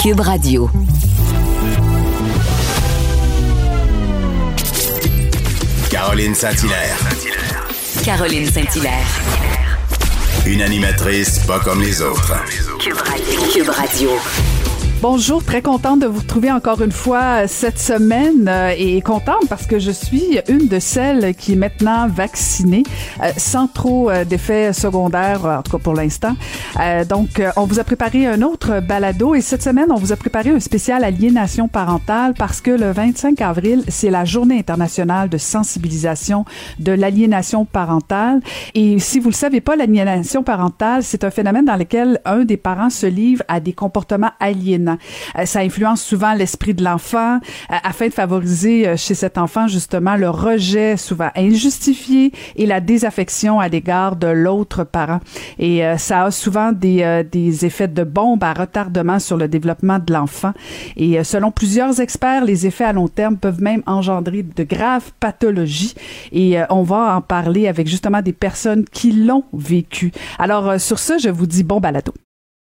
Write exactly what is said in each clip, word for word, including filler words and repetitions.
Cube Radio. Caroline Saint-Hilaire. Caroline Saint-Hilaire. Une animatrice pas comme les autres. Cube Radio. Cube Radio. Bonjour, très contente de vous retrouver encore une fois cette semaine euh, et contente parce que je suis une de celles qui est maintenant vaccinée euh, sans trop euh, d'effets secondaires, en tout cas pour l'instant. Euh, donc, euh, on vous a préparé un autre balado et cette semaine, on vous a préparé un spécial aliénation parentale parce que le vingt-cinq avril, c'est la Journée internationale de sensibilisation de l'aliénation parentale. Et si vous le savez pas, l'aliénation parentale, c'est un phénomène dans lequel un des parents se livre à des comportements aliénants. Ça influence souvent l'esprit de l'enfant euh, afin de favoriser euh, chez cet enfant justement le rejet souvent injustifié et la désaffection à l'égard de l'autre parent. Et euh, ça a souvent des, euh, des effets de bombe à retardement sur le développement de l'enfant. Et euh, selon plusieurs experts, les effets à long terme peuvent même engendrer de graves pathologies. Et euh, on va en parler avec justement des personnes qui l'ont vécu. Alors euh, sur ce, je vous dis bon balado.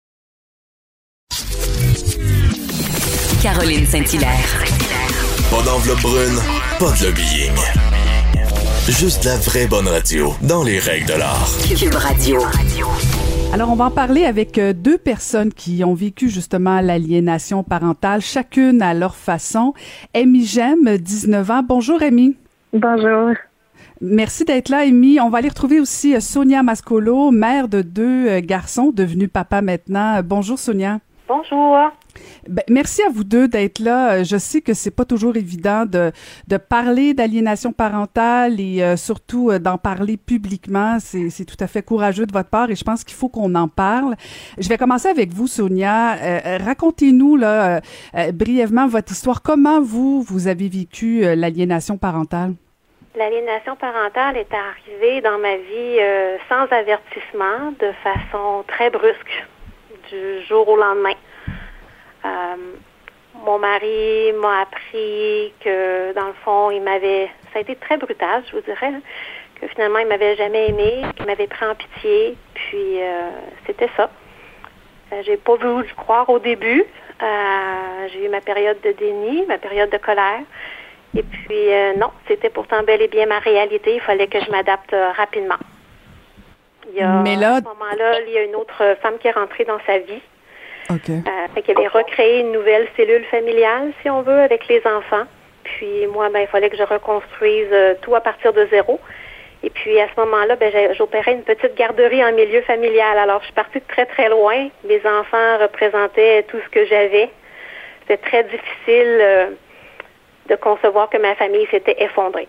Caroline Saint-Hilaire. Pas d'enveloppe brune, pas de lobbying. Juste la vraie bonne radio, dans les règles de l'art. Cube Radio. Alors, on va en parler avec deux personnes qui ont vécu justement l'aliénation parentale, chacune à leur façon. Amy Gemme, dix-neuf ans. Bonjour, Amy. Bonjour. Merci d'être là, Amy. On va aller retrouver aussi Sonia Mascolo, mère de deux garçons, devenue papa maintenant. Bonjour, Sonia. Bonjour. Ben, merci à vous deux d'être là. Je sais que c'est pas toujours évident de de parler d'aliénation parentale et euh, surtout euh, d'en parler publiquement. C'est c'est tout à fait courageux de votre part et je pense qu'il faut qu'on en parle. Je vais commencer avec vous, Sonia. Euh, racontez-nous là euh, euh, brièvement votre histoire. Comment vous vous avez vécu euh, l'aliénation parentale? L'aliénation parentale est arrivée dans ma vie euh, sans avertissement, de façon très brusque, du jour au lendemain. Euh, mon mari m'a appris que, dans le fond, il m'avait... Ça a été très brutal, je vous dirais, hein, que finalement, il m'avait jamais aimé, qu'il m'avait pris en pitié, puis euh, c'était ça. Euh, j'ai pas voulu le croire au début. Euh, j'ai eu ma période de déni, ma période de colère. Et puis, euh, non, c'était pourtant bel et bien ma réalité. Il fallait que je m'adapte euh, rapidement. Il y a, Mais là... à ce moment-là, il y a une autre femme qui est rentrée dans sa vie. OK. Euh, fait qu'elle avait recréé une nouvelle cellule familiale, si on veut, avec les enfants. Puis moi, ben, il fallait que je reconstruise euh, tout à partir de zéro. Et puis à ce moment-là, ben, j'opérais une petite garderie en milieu familial. Alors, je suis partie de très, très loin. Mes enfants représentaient tout ce que j'avais. C'était très difficile euh, de concevoir que ma famille s'était effondrée.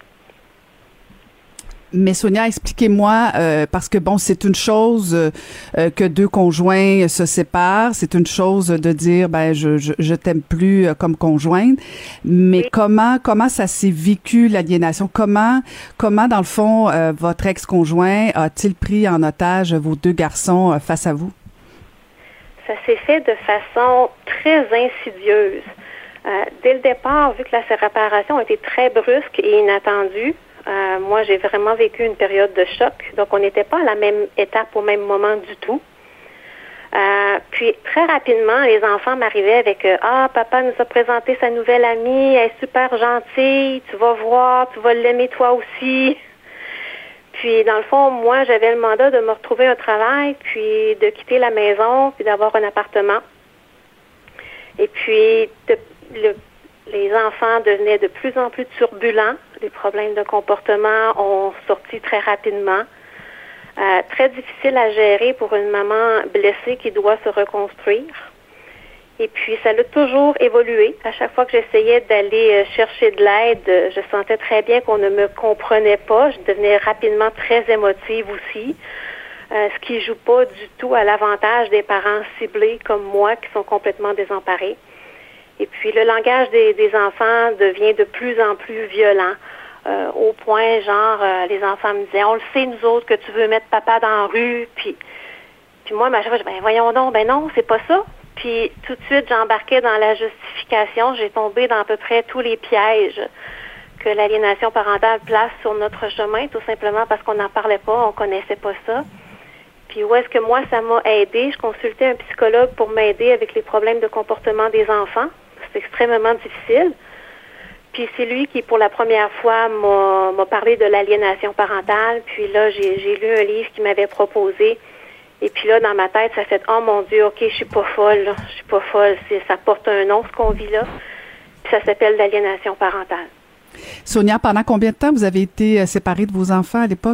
Mais Sonia, expliquez-moi, euh, parce que bon, c'est une chose euh, que deux conjoints se séparent, c'est une chose de dire, ben, je je, je t'aime plus euh, comme conjointe, mais oui. comment comment ça s'est vécu l'aliénation? Comment comment dans le fond euh, votre ex-conjoint a-t-il pris en otage vos deux garçons euh, face à vous? Ça s'est fait de façon très insidieuse. Euh, dès le départ, vu que la séparation a été très brusque et inattendue. Euh, moi, j'ai vraiment vécu une période de choc. Donc, on n'était pas à la même étape au même moment du tout. Euh, puis, très rapidement, les enfants m'arrivaient avec euh, « Ah, papa nous a présenté sa nouvelle amie, elle est super gentille, tu vas voir, tu vas l'aimer toi aussi. » Puis, dans le fond, moi, j'avais le mandat de me retrouver un travail, puis de quitter la maison, puis d'avoir un appartement. Et puis, de, le les enfants devenaient de plus en plus turbulents. Les problèmes de comportement ont sorti très rapidement. Euh, très difficile à gérer pour une maman blessée qui doit se reconstruire. Et puis, ça a toujours évolué. À chaque fois que j'essayais d'aller chercher de l'aide, je sentais très bien qu'on ne me comprenait pas. Je devenais rapidement très émotive aussi. Euh, ce qui ne joue pas du tout à l'avantage des parents ciblés comme moi qui sont complètement désemparés. Et puis, le langage des, des enfants devient de plus en plus violent, euh, au point, genre, euh, les enfants me disaient, on le sait, nous autres, que tu veux mettre papa dans la rue. Puis, puis moi, à chaque fois, je dis, ben voyons donc, ben non, c'est pas ça. Puis, tout de suite, j'embarquais dans la justification. J'ai tombé dans à peu près tous les pièges que l'aliénation parentale place sur notre chemin, tout simplement parce qu'on n'en parlait pas, on connaissait pas ça. Puis où est-ce que moi, ça m'a aidé? Je consultais un psychologue pour m'aider avec les problèmes de comportement des enfants. C'est extrêmement difficile. Puis c'est lui qui, pour la première fois, m'a, m'a parlé de l'aliénation parentale. Puis là, j'ai, j'ai lu un livre qu'il m'avait proposé. Et puis là, dans ma tête, ça fait « Oh mon Dieu, OK, je suis pas folle, là. Je suis pas folle. C'est, ça porte un nom, ce qu'on vit là. » Puis ça s'appelle l'aliénation parentale. Sonia, pendant combien de temps vous avez été séparée de vos enfants à l'époque?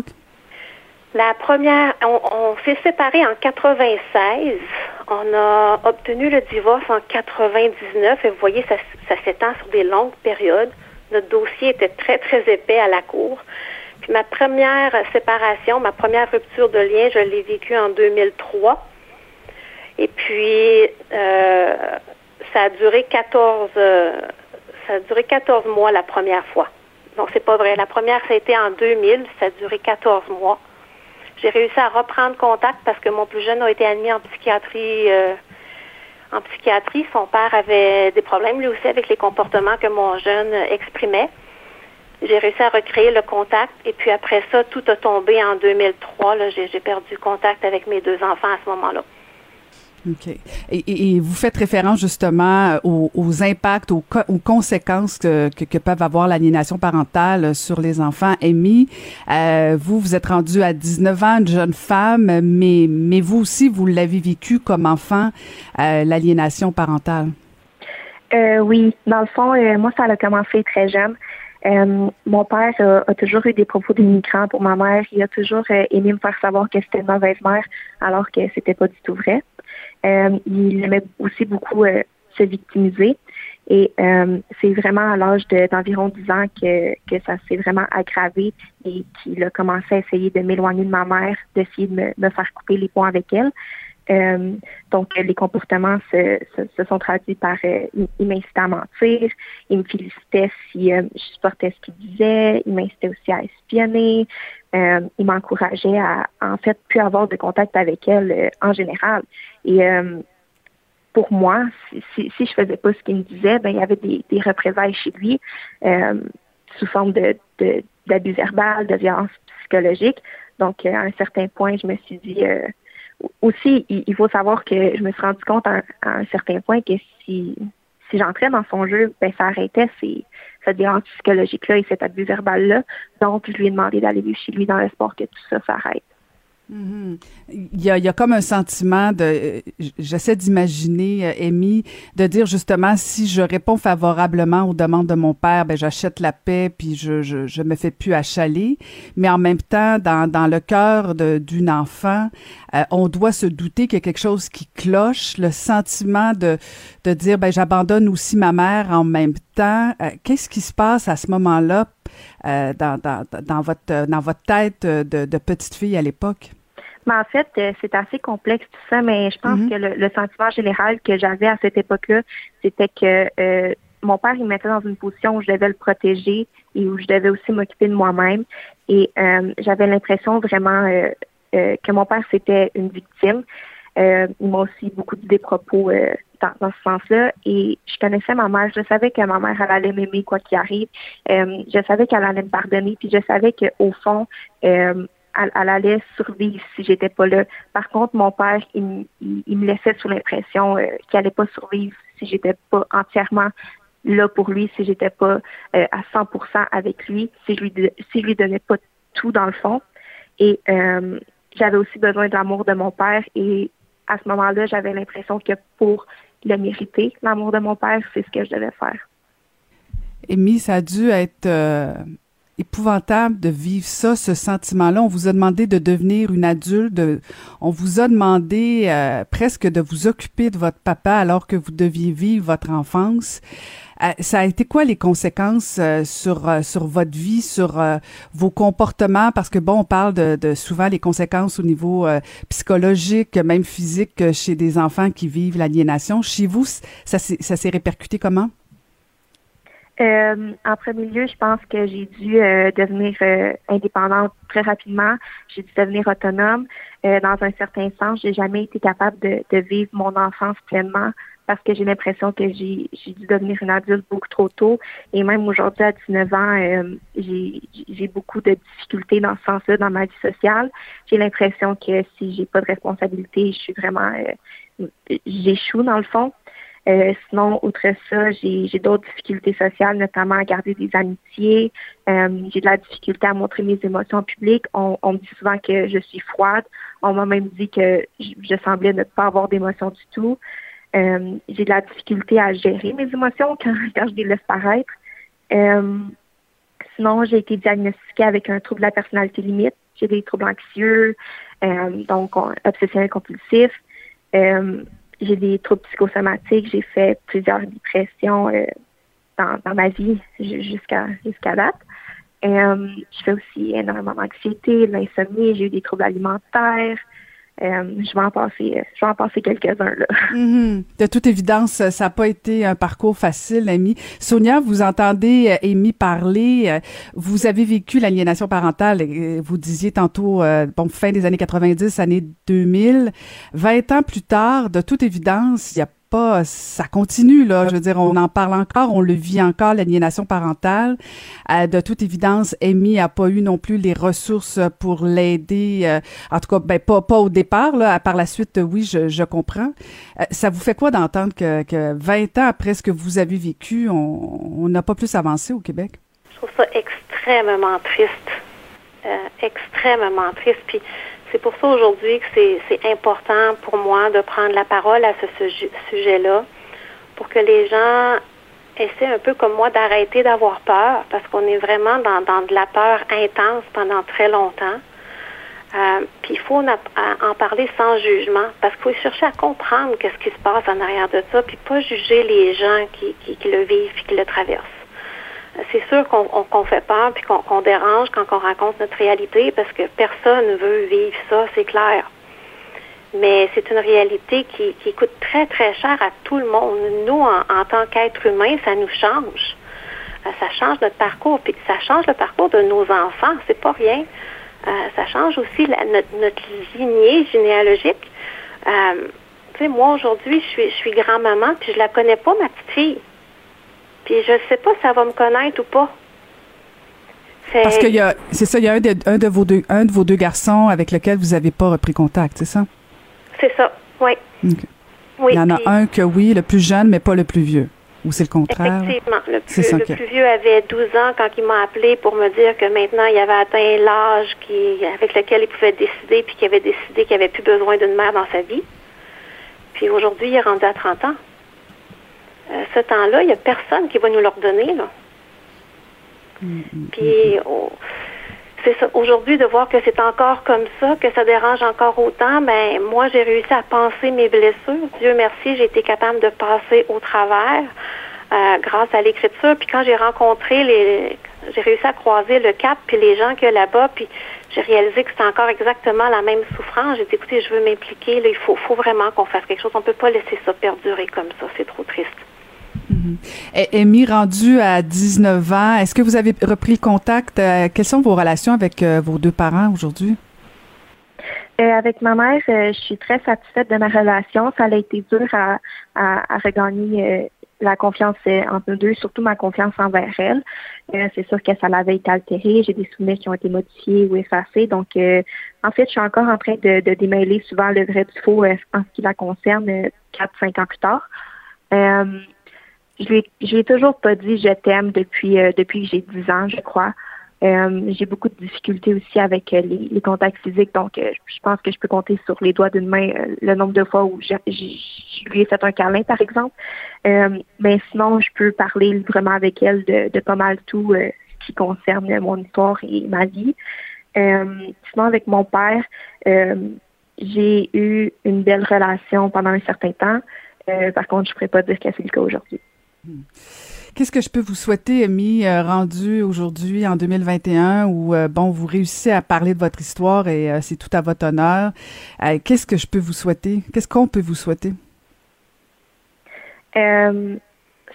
La première, on, on s'est séparés en quatre-vingt-seize. On a obtenu le divorce en quatre-vingt-dix-neuf. Et vous voyez, ça, ça s'étend sur des longues périodes. Notre dossier était très, très épais à la cour. Puis ma première séparation, ma première rupture de lien, je l'ai vécue en deux mille trois. Et puis, euh, ça a duré quatorze, euh, ça a duré quatorze mois la première fois. Non, c'est pas vrai. La première, ça a été en deux mille. Ça a duré quatorze mois. J'ai réussi à reprendre contact parce que mon plus jeune a été admis en psychiatrie. Euh, en psychiatrie, son père avait des problèmes lui aussi avec les comportements que mon jeune exprimait. J'ai réussi à recréer le contact et puis après ça, tout a tombé en deux mille trois. Là, j'ai, j'ai perdu contact avec mes deux enfants à ce moment-là. OK. Et, et, et vous faites référence justement aux, aux impacts, aux, co- aux conséquences que, que, que peuvent avoir l'aliénation parentale sur les enfants. Amy, euh, vous, vous êtes rendue à dix-neuf ans, une jeune femme, mais, mais vous aussi, vous l'avez vécu comme enfant, euh, l'aliénation parentale. Euh, oui. Dans le fond, euh, moi, ça a commencé très jeune. Euh, mon père a, a toujours eu des propos dénigrants pour ma mère. Il a toujours euh, aimé me faire savoir que c'était une mauvaise mère, alors que c'était pas du tout vrai. Euh, il aimait aussi beaucoup euh, se victimiser. Et euh, c'est vraiment à l'âge de, d'environ dix ans que, que ça s'est vraiment aggravé et qu'il a commencé à essayer de m'éloigner de ma mère, d'essayer de me, me faire couper les ponts avec elle. Euh, donc, les comportements se, se, se sont traduits par... Euh, il, il m'incitait à mentir, il me félicitait si euh, je supportais ce qu'il disait, il m'incitait aussi à espionner, euh, il m'encourageait à, en fait, plus avoir de contact avec elle euh, en général. Et euh, pour moi, si, si, si je faisais pas ce qu'il me disait, ben il y avait des, des représailles chez lui euh, sous forme de, de d'abus verbal, de violence psychologique. Donc, euh, à un certain point, je me suis dit... Euh, Aussi, il faut savoir que je me suis rendu compte à un, à un certain point que si si j'entrais dans son jeu, ben ça arrêtait ces, cette violence psychologique-là et cet abus verbal-là. Donc, je lui ai demandé d'aller vivre chez lui dans l'espoir que tout ça s'arrête. Mm-hmm. Il y a, il y a comme un sentiment de, j'essaie d'imaginer, Amy, de dire justement, si je réponds favorablement aux demandes de mon père, ben j'achète la paix puis je je je me fais plus achaler. Mais en même temps, dans dans le cœur de, d'une enfant, euh, on doit se douter qu'il y a quelque chose qui cloche, le sentiment de de dire ben j'abandonne aussi ma mère en même temps. Euh, qu'est-ce qui se passe à ce moment-là euh, dans dans dans votre dans votre tête de, de petite fille à l'époque? Mais en fait, euh, c'est assez complexe tout ça, mais je pense mm-hmm. que le, le sentiment général que j'avais à cette époque-là, c'était que euh, mon père, il me mettait dans une position où je devais le protéger et où je devais aussi m'occuper de moi-même. Et euh, j'avais l'impression vraiment euh, euh, que mon père, c'était une victime. Euh, il m'a aussi beaucoup dit des propos euh, dans, dans ce sens-là. Et je connaissais ma mère. Je savais que ma mère, elle allait m'aimer quoi qu'il arrive. Euh, je savais qu'elle allait me pardonner. Puis je savais qu'au fond... Euh, Elle, elle allait survivre si j'étais pas là. Par contre, mon père, il, il, il me laissait sous l'impression euh, qu'il allait pas survivre si j'étais pas entièrement là pour lui, si j'étais pas euh, à cent pour cent avec lui, si je lui si je lui donnais pas tout dans le fond. Et euh, j'avais aussi besoin de l'amour de mon père. Et à ce moment-là, j'avais l'impression que pour le mériter, l'amour de mon père, c'est ce que je devais faire. Amy, ça a dû être euh, épouvantable de vivre ça, ce sentiment-là. On vous a demandé de devenir une adulte. De, on vous a demandé euh, presque de vous occuper de votre papa alors que vous deviez vivre votre enfance. Euh, ça a été quoi les conséquences euh, sur euh, sur votre vie, sur euh, vos comportements? Parce que bon, on parle de, de souvent les conséquences au niveau euh, psychologique, même physique, euh, chez des enfants qui vivent l'aliénation. Chez vous, ça s'est, ça s'est répercuté comment? Euh, en premier lieu, je pense que j'ai dû euh, devenir euh, indépendante très rapidement. J'ai dû devenir autonome. Euh, dans un certain sens, j'ai jamais été capable de, de vivre mon enfance pleinement parce que j'ai l'impression que j'ai, j'ai dû devenir une adulte beaucoup trop tôt. Et même aujourd'hui, à dix-neuf ans, euh, j'ai, j'ai beaucoup de difficultés dans ce sens-là dans ma vie sociale. J'ai l'impression que si j'ai pas de responsabilité, je suis vraiment... Euh, j'échoue dans le fond. Euh, sinon, outre ça, j'ai, j'ai d'autres difficultés sociales, notamment à garder des amitiés. Euh, j'ai de la difficulté à montrer mes émotions publiques. On, on me dit souvent que je suis froide. On m'a même dit que je, je semblais ne pas avoir d'émotions du tout. Euh, j'ai de la difficulté à gérer mes émotions quand, quand je les laisse paraître. Euh, sinon, j'ai été diagnostiquée avec un trouble de la personnalité limite. J'ai des troubles anxieux, euh, donc obsessionnels compulsifs. Euh, J'ai des troubles psychosomatiques. J'ai fait plusieurs dépressions euh, dans, dans ma vie jusqu'à jusqu'à date. Euh, je fais aussi énormément d'anxiété, de l'insomnie. J'ai eu des troubles alimentaires. Euh, je vais en passer, je vais en passer quelques-uns là. Mm-hmm. De toute évidence, ça n'a pas été un parcours facile, Amy. Sonia, vous entendez Amy parler. Vous avez vécu l'aliénation parentale. Vous disiez tantôt, euh, bon, fin des années quatre-vingt-dix, années deux mille. Vingt ans plus tard, de toute évidence, il y a pas, ça continue, là. Je veux dire, on en parle encore, on le vit encore, l'aliénation parentale. Euh, de toute évidence, Amy a pas eu non plus les ressources pour l'aider. Euh, en tout cas, ben, pas, pas au départ, là. Par la suite, oui, je, je comprends. Euh, ça vous fait quoi d'entendre que, que vingt ans après ce que vous avez vécu, on n'a pas plus avancé au Québec? Je trouve ça extrêmement triste. Euh, extrêmement triste. Puis, c'est pour ça aujourd'hui que c'est, c'est important pour moi de prendre la parole à ce sujet, sujet-là, pour que les gens essaient un peu comme moi d'arrêter d'avoir peur, parce qu'on est vraiment dans, dans de la peur intense pendant très longtemps. Euh, puis il faut en, en parler sans jugement, parce qu'il faut chercher à comprendre qu'est-ce qui se passe en arrière de ça, puis pas juger les gens qui, qui, qui le vivent et qui le traversent. C'est sûr qu'on, on, qu'on fait peur puis qu'on, qu'on dérange quand on raconte notre réalité parce que personne ne veut vivre ça, c'est clair. Mais c'est une réalité qui, qui coûte très, très cher à tout le monde. Nous, en, en tant qu'être humain, ça nous change. Ça change notre parcours, puis ça change le parcours de nos enfants, c'est pas rien. Euh, ça change aussi la, notre, notre lignée généalogique. Euh, tu sais, moi, aujourd'hui, je suis, je suis grand-maman, puis je la connais pas, ma petite fille. Puis je ne sais pas si ça va me connaître ou pas. C'est... Parce qu'il y a, c'est ça, il y a un de, un de vos deux, un de vos deux garçons avec lequel vous n'avez pas repris contact, c'est ça? C'est ça, oui. Okay. Oui. Il y en a puis, un que oui, le plus jeune, mais pas le plus vieux. Ou c'est le contraire? Effectivement. Le plus, ça, le okay. plus vieux avait douze ans quand il m'a appelé pour me dire que maintenant il avait atteint l'âge qui, avec lequel il pouvait décider, puis qu'il avait décidé qu'il n'avait plus besoin d'une mère dans sa vie. Puis aujourd'hui, il est rendu à trente ans. Euh, ce temps-là, il n'y a personne qui va nous le redonner, là. Mm-hmm. Puis, oh, c'est ça. Aujourd'hui, de voir que c'est encore comme ça, que ça dérange encore autant, ben moi, j'ai réussi à penser mes blessures. Dieu merci, j'ai été capable de passer au travers euh, grâce à l'écriture. Puis quand j'ai rencontré les... J'ai réussi à croiser le cap, puis les gens qu'il y a là-bas, puis j'ai réalisé que c'était encore exactement la même souffrance. J'ai dit, écoutez, je veux m'impliquer, là, il faut, faut vraiment qu'on fasse quelque chose. On ne peut pas laisser ça perdurer comme ça, c'est trop triste. Mm-hmm. Amy, rendue à dix-neuf ans, est-ce que vous avez repris contact? Euh, quelles sont vos relations avec euh, vos deux parents aujourd'hui? Euh, avec ma mère, euh, je suis très satisfaite de ma relation. Ça a été dur à, à, à regagner euh, la confiance euh, entre nous deux, surtout ma confiance envers elle. Euh, c'est sûr que ça l'avait été altéré. J'ai des souvenirs qui ont été modifiés ou effacés. Donc, euh, en fait, je suis encore en train de, de démêler souvent le vrai du faux euh, en ce qui la concerne euh, quatre, cinq ans plus tard. Euh, Je lui, je lui ai toujours pas dit je t'aime depuis euh, depuis que j'ai dix ans, je crois. Euh, j'ai beaucoup de difficultés aussi avec euh, les, les contacts physiques, donc euh, je pense que je peux compter sur les doigts d'une main euh, le nombre de fois où je, je, je lui ai fait un câlin, par exemple. Euh, mais sinon, je peux parler librement avec elle de, de pas mal tout euh, ce qui concerne mon histoire et ma vie. Euh, sinon, avec mon père, euh, j'ai eu une belle relation pendant un certain temps. Euh, par contre, je ne pourrais pas dire que c'est le cas aujourd'hui. Qu'est-ce que je peux vous souhaiter, Amy, euh, rendu aujourd'hui en deux mille vingt et un, où euh, bon, vous réussissez à parler de votre histoire et euh, c'est tout à votre honneur. Euh, qu'est-ce que je peux vous souhaiter? Qu'est-ce qu'on peut vous souhaiter? Euh,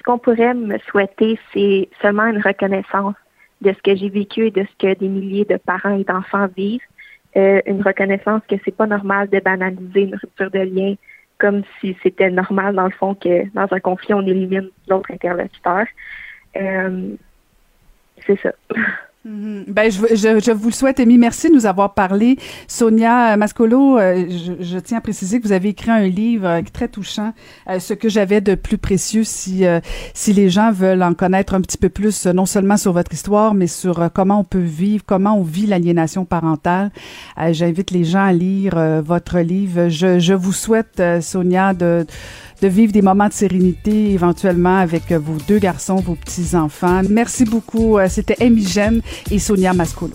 ce qu'on pourrait me souhaiter, c'est seulement une reconnaissance de ce que j'ai vécu et de ce que des milliers de parents et d'enfants vivent. Euh, une reconnaissance que c'est pas normal de banaliser une rupture de lien comme si c'était normal, dans le fond, que dans un conflit, on élimine l'autre interlocuteur. Euh, c'est ça. Mm-hmm. Ben, je, je, je vous le souhaite, Amy. Merci de nous avoir parlé. Sonia Mascolo, euh, je, je tiens à préciser que vous avez écrit un livre euh, très touchant, euh, ce que j'avais de plus précieux si euh, si les gens veulent en connaître un petit peu plus, euh, non seulement sur votre histoire, mais sur euh, comment on peut vivre, comment on vit l'aliénation parentale. Euh, j'invite les gens à lire euh, votre livre. Je, je vous souhaite, euh, Sonia, de de vivre des moments de sérénité éventuellement avec euh, vos deux garçons, vos petits-enfants. Merci beaucoup. Euh, c'était Amy Gemme et Sonia Mascolo.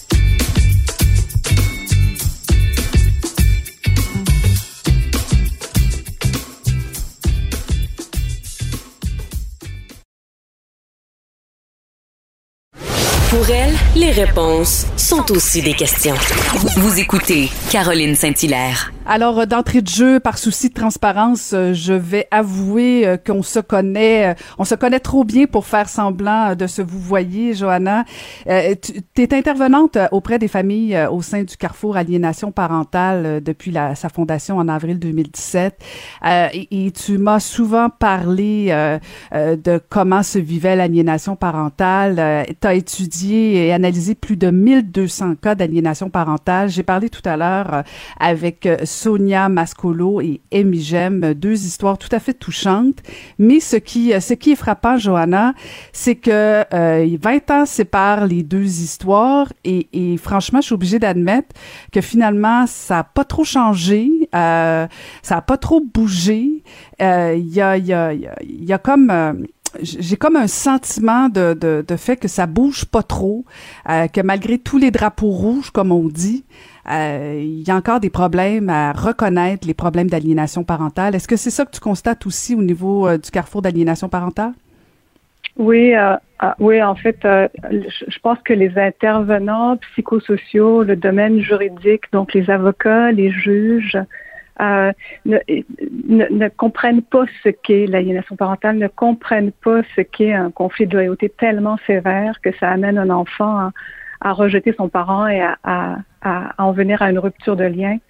Pour elle, les réponses sont aussi des questions. Vous écoutez Caroline Saint-Hilaire. Alors, d'entrée de jeu, par souci de transparence, je vais avouer qu'on se connaît, on se connaît trop bien pour faire semblant de se vouvoyer, Johanna. Tu es intervenante auprès des familles au sein du Carrefour Aliénation Parentale depuis la, sa fondation en avril deux mille dix-sept. Et, et tu m'as souvent parlé de comment se vivait l'aliénation parentale. Tu as étudié et analysé plus de mille deux cents cas d'aliénation parentale. J'ai parlé tout à l'heure avec Sonia Mascolo et Amy Gemme, deux histoires tout à fait touchantes. Mais ce qui, ce qui est frappant, Johanna, c'est que euh, vingt ans séparent les deux histoires et, et franchement, je suis obligée d'admettre que finalement, ça n'a pas trop changé, euh, ça n'a pas trop bougé. Il euh, y a, il y a, il y a comme... Euh, j'ai comme un sentiment de, de, de fait que ça bouge pas trop, euh, que malgré tous les drapeaux rouges, comme on dit, euh, il y a encore des problèmes à reconnaître les problèmes d'aliénation parentale. Est-ce que c'est ça que tu constates aussi au niveau euh, du Carrefour d'aliénation parentale? Oui, euh, euh, oui, en fait, euh, je, je pense que les intervenants psychosociaux, le domaine juridique, donc les avocats, les juges, Euh, ne, ne, ne comprennent pas ce qu'est l'aliénation parentale, ne comprennent pas ce qu'est un conflit de loyauté tellement sévère que ça amène un enfant à, à rejeter son parent et à, à, à en venir à une rupture de lien.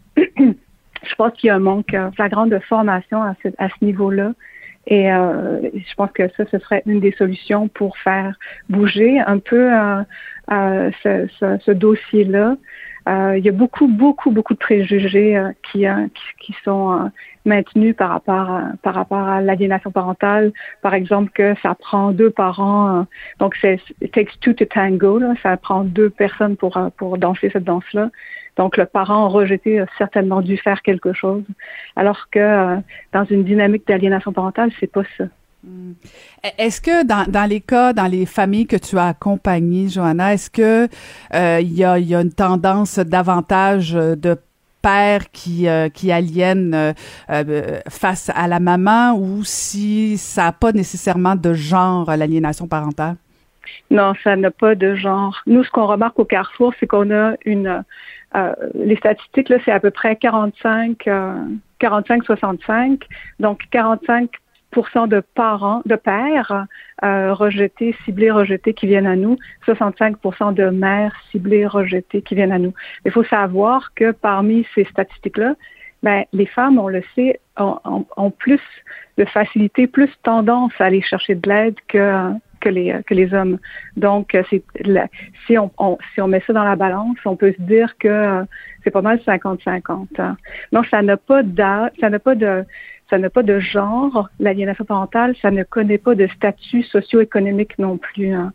Je pense qu'il y a un manque flagrant de formation à ce, à ce niveau-là. Et euh, je pense que ça, ce serait une des solutions pour faire bouger un peu euh, euh, ce, ce, ce dossier-là. Euh, il y a beaucoup, beaucoup, beaucoup de préjugés euh, qui, euh, qui, qui sont euh, maintenus par rapport à, par rapport à l'aliénation parentale. Par exemple, que ça prend deux parents. Euh, donc, c'est it takes two to tango. Là, ça prend deux personnes pour euh, pour danser cette danse-là. Donc, le parent rejeté a certainement dû faire quelque chose, alors que euh, dans une dynamique d'aliénation parentale, c'est pas ça. Hum. Est-ce que dans, dans les cas, dans les familles que tu as accompagnées, Johanna, est-ce que euh, il y a, y a une tendance davantage de pères qui euh, qui aliènent euh, euh, face à la maman, ou si ça n'a pas nécessairement de genre, l'aliénation parentale? Non, ça n'a pas de genre. Nous, ce qu'on remarque au Carrefour, c'est qu'on a une euh, les statistiques là, c'est à peu près quarante-cinq, quarante-cinq soixante-cinq. Donc quarante-cinq pour cent de parents, de pères euh, rejetés, ciblés, rejetés qui viennent à nous, soixante-cinq pour cent de mères ciblées, rejetées qui viennent à nous. Il faut savoir que parmi ces statistiques-là, ben, les femmes, on le sait, ont, ont, ont plus de facilité, plus tendance à aller chercher de l'aide que que les que les hommes. Donc, c'est la, si on, on si on met ça dans la balance, on peut se dire que euh, c'est pas mal cinquante cinquante. Hein. Donc, ça n'a pas d'âge, ça n'a pas de ça n'a pas de genre, l'aliénation parentale, ça ne connaît pas de statut socio-économique non plus. Hein.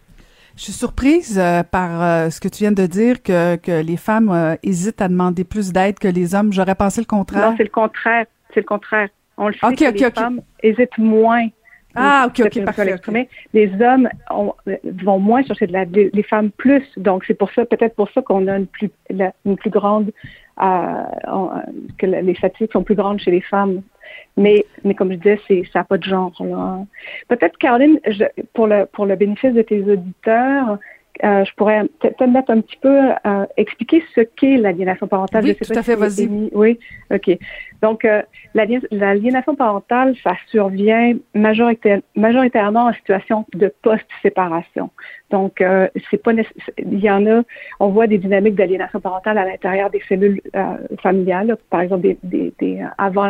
Je suis surprise euh, par euh, ce que tu viens de dire, que, que les femmes euh, hésitent à demander plus d'aide que les hommes. J'aurais pensé le contraire. Non, c'est le contraire. C'est le contraire. On le sait okay, que okay, les okay. femmes hésitent moins. Ah, OK, OK, parfait. Okay. Les hommes ont, vont moins chercher de l'aide, les, les femmes plus. Donc, c'est pour ça, peut-être pour ça qu'on a une plus, la, une plus grande, euh, on, que la, les statistiques sont plus grandes chez les femmes. Mais, mais comme je disais, c'est, ça n'a pas de genre, là. Peut-être, Caroline, je, pour le, pour le bénéfice de tes auditeurs, euh, je pourrais peut-être mettre un petit peu, euh, expliquer ce qu'est l'aliénation parentale. Oui, je sais tout pas à fait, si vas-y. Oui, OK. Donc, euh, l'aliénation parentale, ça survient majoritaire, majoritairement en situation de post-séparation. Donc, euh, c'est pas nécessaire. Il y en a, on voit des dynamiques d'aliénation parentale à l'intérieur des cellules euh, familiales, là, par exemple, des, des, des, avant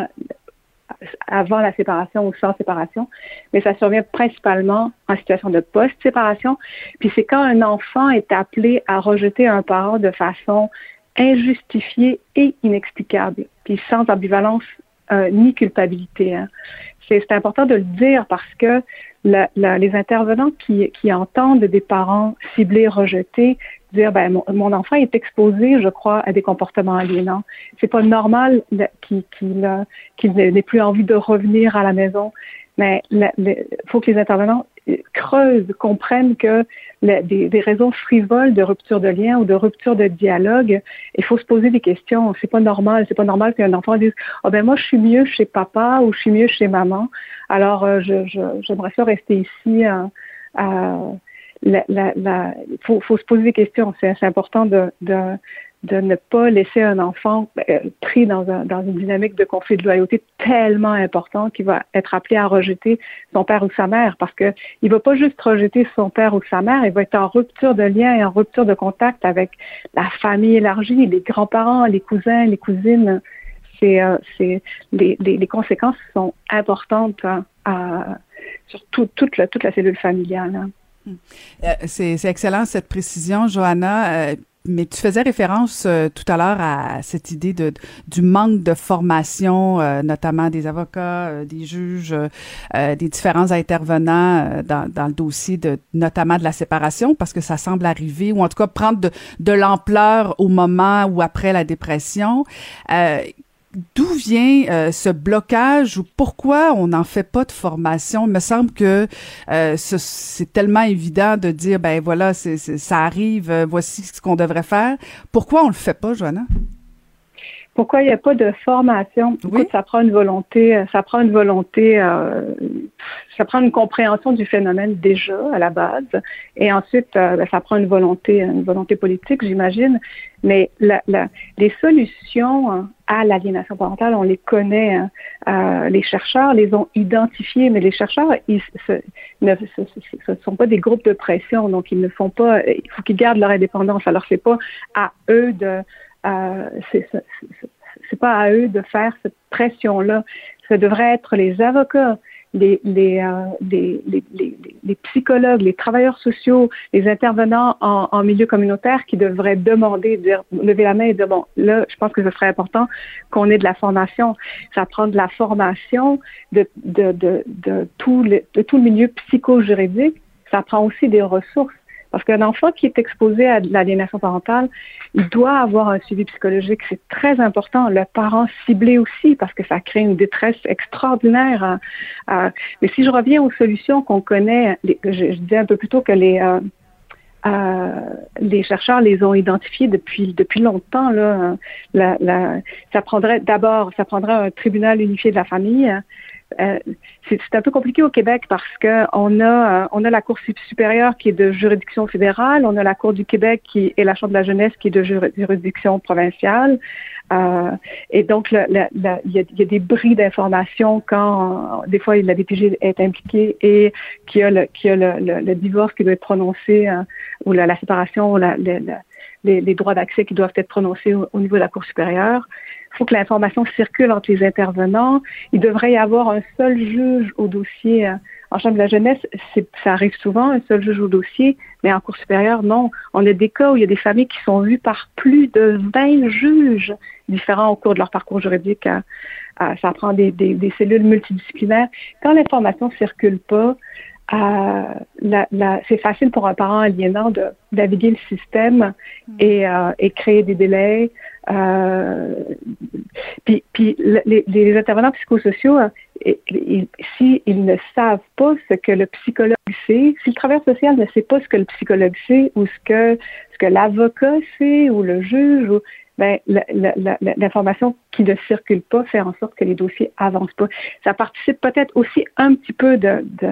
avant la séparation ou sans séparation, mais ça survient principalement en situation de post-séparation. Puis c'est quand un enfant est appelé à rejeter un parent de façon injustifiée et inexplicable, puis sans ambivalence euh, ni culpabilité. Hein. C'est, c'est important de le dire parce que la, la, les intervenants qui, qui entendent des parents ciblés, rejetés, dire ben mon, mon enfant est exposé, je crois, à des comportements aliénants. C'est pas normal qu'il, qu'il, qu'il n'ait plus envie de revenir à la maison. Mais il faut que les intervenants creusent, comprennent que le, des, des raisons frivoles de rupture de lien ou de rupture de dialogue, il faut se poser des questions. C'est pas normal. C'est pas normal qu'un enfant dise ah oh ben moi je suis mieux chez papa ou je suis mieux chez maman. Alors euh, je, je j'aimerais ça rester ici. Euh, euh, la, la, la, faut, faut se poser des questions. C'est, c'est important de, de de ne pas laisser un enfant euh, pris dans, un, dans une dynamique de conflit de loyauté tellement important qu'il va être appelé à rejeter son père ou sa mère, parce que il va pas juste rejeter son père ou sa mère, il va être en rupture de lien et en rupture de contact avec la famille élargie, les grands-parents, les cousins, les cousines. C'est, euh, c'est les, les, les conséquences sont importantes hein, à, sur tout, toute, la, toute la cellule familiale. Hein. Euh, c'est, c'est excellent cette précision, Johanna. Euh, Mais tu faisais référence euh, tout à l'heure à cette idée de, du manque de formation, euh, notamment des avocats, euh, des juges, euh, des différents intervenants euh, dans, dans le dossier, de, notamment de la séparation, parce que ça semble arriver, ou en tout cas prendre de, de l'ampleur au moment ou après la dépression. Euh, D'où vient euh, ce blocage ou pourquoi on n'en fait pas de formation? Il me semble que euh, ce, c'est tellement évident de dire, ben voilà, c'est, c'est, ça arrive, euh, voici ce qu'on devrait faire. Pourquoi on le fait pas, Johanna? Pourquoi il n'y a pas de formation? Oui. Écoute, ça prend une volonté, ça prend une volonté, euh, ça prend une compréhension du phénomène déjà à la base, et ensuite euh, ben, ça prend une volonté, une volonté politique, j'imagine. Mais la, la, les solutions à l'aliénation parentale, on les connaît. Hein. Euh, les chercheurs les ont identifiées, mais les chercheurs, ils, ce, ne, ce, ce, ce sont pas des groupes de pression, donc ils ne font pas. Il faut qu'ils gardent leur indépendance. Alors c'est pas à eux de Euh, c'est, c'est, c'est pas à eux de faire cette pression-là. Ça devrait être les avocats, les, les, euh, les, les, les, les psychologues, les travailleurs sociaux, les intervenants en, en milieu communautaire qui devraient demander, dire, lever la main et dire, bon, là, je pense que ce serait important qu'on ait de la formation. Ça prend de la formation de, de, de, de, tout, le, de tout le milieu psycho-juridique. Ça prend aussi des ressources. Parce qu'un enfant qui est exposé à de l'aliénation parentale, il doit avoir un suivi psychologique. C'est très important. Le parent ciblé aussi, parce que ça crée une détresse extraordinaire. Hein. Euh, mais si je reviens aux solutions qu'on connaît, les, je, je disais un peu plus tôt que les, euh, euh, les chercheurs les ont identifiées depuis, depuis longtemps. Là, la, la, ça prendrait d'abord, ça prendrait un tribunal unifié de la famille. Hein. Euh, c'est, c'est un peu compliqué au Québec parce que on a euh, on a la Cour supérieure qui est de juridiction fédérale, on a la Cour du Québec qui est la Chambre de la jeunesse qui est de jur- juridiction provinciale, euh, et donc il y a, y a des bris d'informations quand euh, des fois la D P J est impliquée et qu'il y a le qu'il y a le, le, le divorce qui doit être prononcé euh, ou la, la séparation ou la, la, la, les, les droits d'accès qui doivent être prononcés au, au niveau de la Cour supérieure. Il faut que l'information circule entre les intervenants. Il devrait y avoir un seul juge au dossier. En Chambre de la jeunesse, c'est, ça arrive souvent, un seul juge au dossier, mais en Cour supérieure, non. On a des cas où il y a des familles qui sont vues par plus de vingt juges différents au cours de leur parcours juridique. À, à, ça prend des, des, des cellules multidisciplinaires. Quand l'information ne circule pas, Euh, la, la, c'est facile pour un parent aliénant de naviguer le système et, euh, et créer des délais. Euh, puis puis les, les intervenants psychosociaux, et, et, si ils ne savent pas ce que le psychologue sait, si le travailleur social ne sait pas ce que le psychologue sait ou ce que ce que l'avocat sait ou le juge, ou, ben la, la, la, l'information qui ne circule pas fait en sorte que les dossiers avancent pas. Ça participe peut-être aussi un petit peu de, de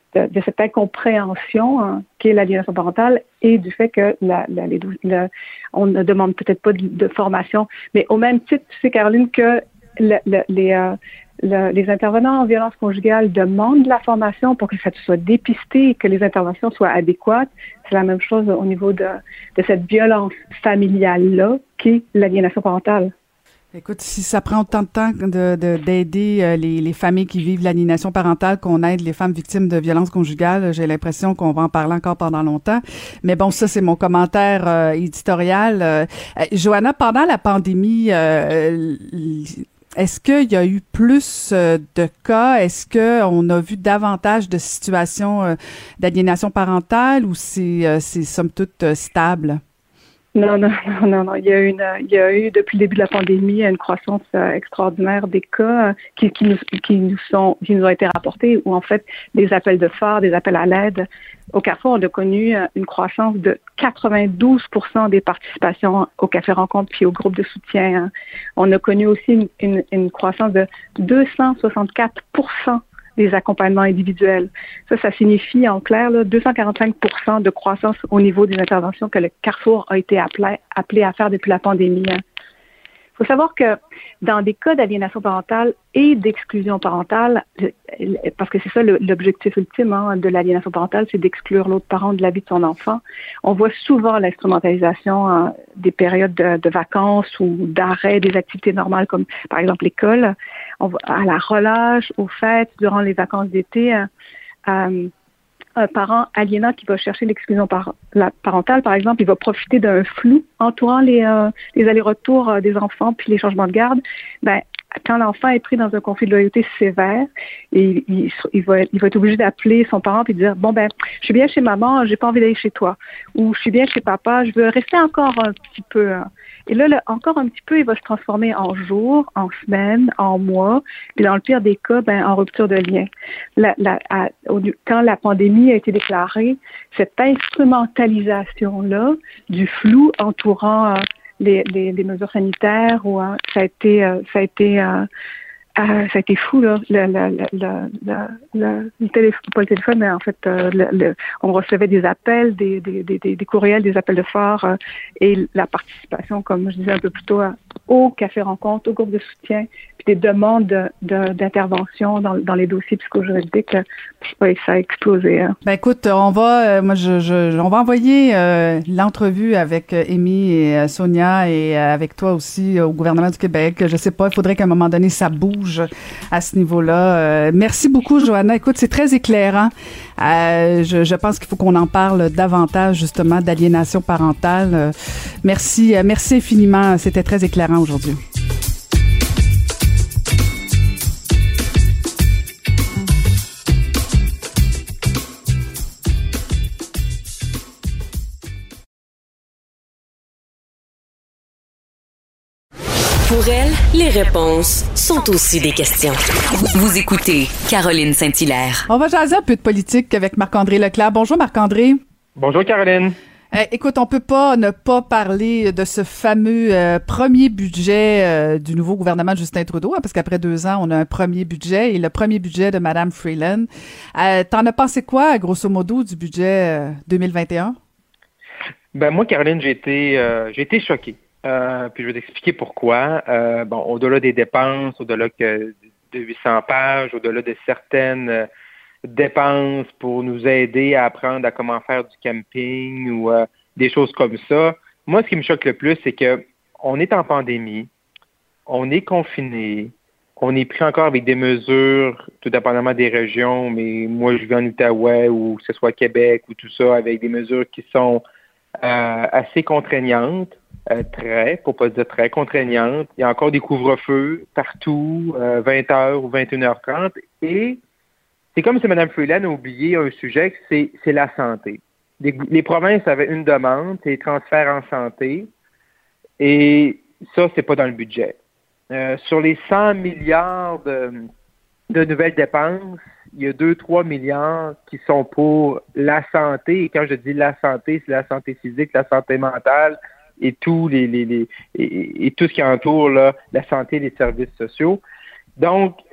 de, de cette incompréhension hein, qu'est l'aliénation parentale et du fait que la, la, les, la, on ne demande peut-être pas de, de formation, mais au même titre, tu sais, Caroline, que le, le, les, euh, le, les intervenants en violence conjugale demandent de la formation pour que ça soit dépisté et que les interventions soient adéquates. C'est la même chose au niveau de, de cette violence familiale-là qu'est l'aliénation parentale. Écoute, si ça prend autant de temps de, de, d'aider euh, les, les familles qui vivent l'aliénation parentale qu'on aide les femmes victimes de violences conjugales, j'ai l'impression qu'on va en parler encore pendant longtemps. Mais bon, ça, c'est mon commentaire euh, éditorial. Euh, Johanna, pendant la pandémie, euh, est-ce qu'il y a eu plus euh, de cas? Est-ce qu'on a vu davantage de situations euh, d'aliénation parentale ou c'est, euh, c'est somme toute euh, stable? Non, non, non, non, non. Il y a eu, une, il y a eu depuis le début de la pandémie une croissance euh, extraordinaire des cas euh, qui, qui, nous, qui nous sont, qui nous ont été rapportés, où en fait des appels de phare, des appels à l'aide. Au Carrefour, on a connu euh, une croissance de quatre-vingt-douze pour cent des participations au Café Rencontre puis au groupe de soutien. Hein. On a connu aussi une, une, une croissance de deux cent soixante-quatre pour cent des accompagnements individuels. Ça, ça signifie en clair là, deux cent quarante-cinq pour cent de croissance au niveau des interventions que le Carrefour a été appelé, appelé à faire depuis la pandémie. Il faut savoir que dans des cas d'aliénation parentale et d'exclusion parentale, parce que c'est ça le, l'objectif ultime hein, de l'aliénation parentale, c'est d'exclure l'autre parent de la vie de son enfant, on voit souvent l'instrumentalisation hein, des périodes de, de vacances ou d'arrêt des activités normales comme par exemple l'école, on voit à la relâche, aux fêtes, durant les vacances d'été, euh, euh, un parent aliénant qui va chercher l'exclusion par, la parentale, par exemple, il va profiter d'un flou entourant les, euh, les allers-retours euh, des enfants puis les changements de garde. Ben, quand l'enfant est pris dans un conflit de loyauté sévère, il, il, il, va, il va être obligé d'appeler son parent et de dire « Bon, ben, je suis bien chez maman, j'ai pas envie d'aller chez toi. » Ou « Je suis bien chez papa, je veux rester encore un petit peu. » Et là, là, encore un petit peu, il va se transformer en jours, en semaines, en mois, puis dans le pire des cas, ben, en rupture de lien. La, la, à, au, quand la pandémie a été déclarée, cette instrumentalisation-là du flou entourant euh, les, les, les mesures sanitaires, ou, hein, ça a été, euh, ça a été, euh, euh, ça a été fou là. Le, le, le, le, le, le téléphone, pas le téléphone, mais en fait, euh, le, le, on recevait des appels, des, des, des, des courriels, des appels de phare, euh, et la participation, comme je disais un peu plus tôt, au Café Rencontre, au groupe de soutien, puis des demandes de, de, d'intervention dans, dans les dossiers psychojuridiques, oui, ça a explosé. Hein. Ben écoute, on va, euh, moi, je, je, on va envoyer euh, l'entrevue avec euh, Amy et euh, Sonia et euh, avec toi aussi euh, au gouvernement du Québec. Je sais pas, il faudrait qu'à un moment donné ça bouge à ce niveau-là. Euh, merci beaucoup, Johanna. Écoute, c'est très éclairant. Euh, je, je pense qu'il faut qu'on en parle davantage justement d'aliénation parentale. Euh, merci, euh, merci infiniment. C'était très éclairant aujourd'hui. Pour elle, les réponses sont aussi des questions. Vous écoutez Caroline Saint-Hilaire. On va jaser un peu de politique avec Marc-André Leclerc. Bonjour Marc-André. Bonjour Caroline. Euh, écoute, on peut pas ne pas parler de ce fameux euh, premier budget euh, du nouveau gouvernement de Justin Trudeau, hein, parce qu'après deux ans, on a un premier budget, et le premier budget de Mme Freeland. Euh, t'en as pensé quoi, grosso modo, du budget euh, deux mille vingt et un? Ben moi, Caroline, j'ai été, euh, j'ai été choquée. Euh, puis je vais t'expliquer pourquoi. Euh, bon, au-delà des dépenses, au-delà que de huit cents pages, au-delà de certaines euh, dépenses pour nous aider à apprendre à comment faire du camping ou euh, des choses comme ça, moi, ce qui me choque le plus, c'est que on est en pandémie, on est confiné, on est pris encore avec des mesures, tout dépendamment des régions, mais moi, je vis en Outaouais ou que ce soit Québec ou tout ça, avec des mesures qui sont euh, assez contraignantes. Euh, très, pour pas dire très contraignante. Il y a encore des couvre-feux partout, euh, vingt heures ou vingt et une heures trente. Et c'est comme si Mme Freeland a oublié un sujet, c'est, c'est la santé. Les, les provinces avaient une demande, c'est les transferts en santé. Et ça, c'est pas dans le budget. Euh, sur les cent milliards de, de nouvelles dépenses, il y a deux à trois milliards qui sont pour la santé. Et quand je dis la santé, c'est la santé physique, la santé mentale, et tout les, les, les et, et tout ce qui entoure là, la santé et les services sociaux. Donc,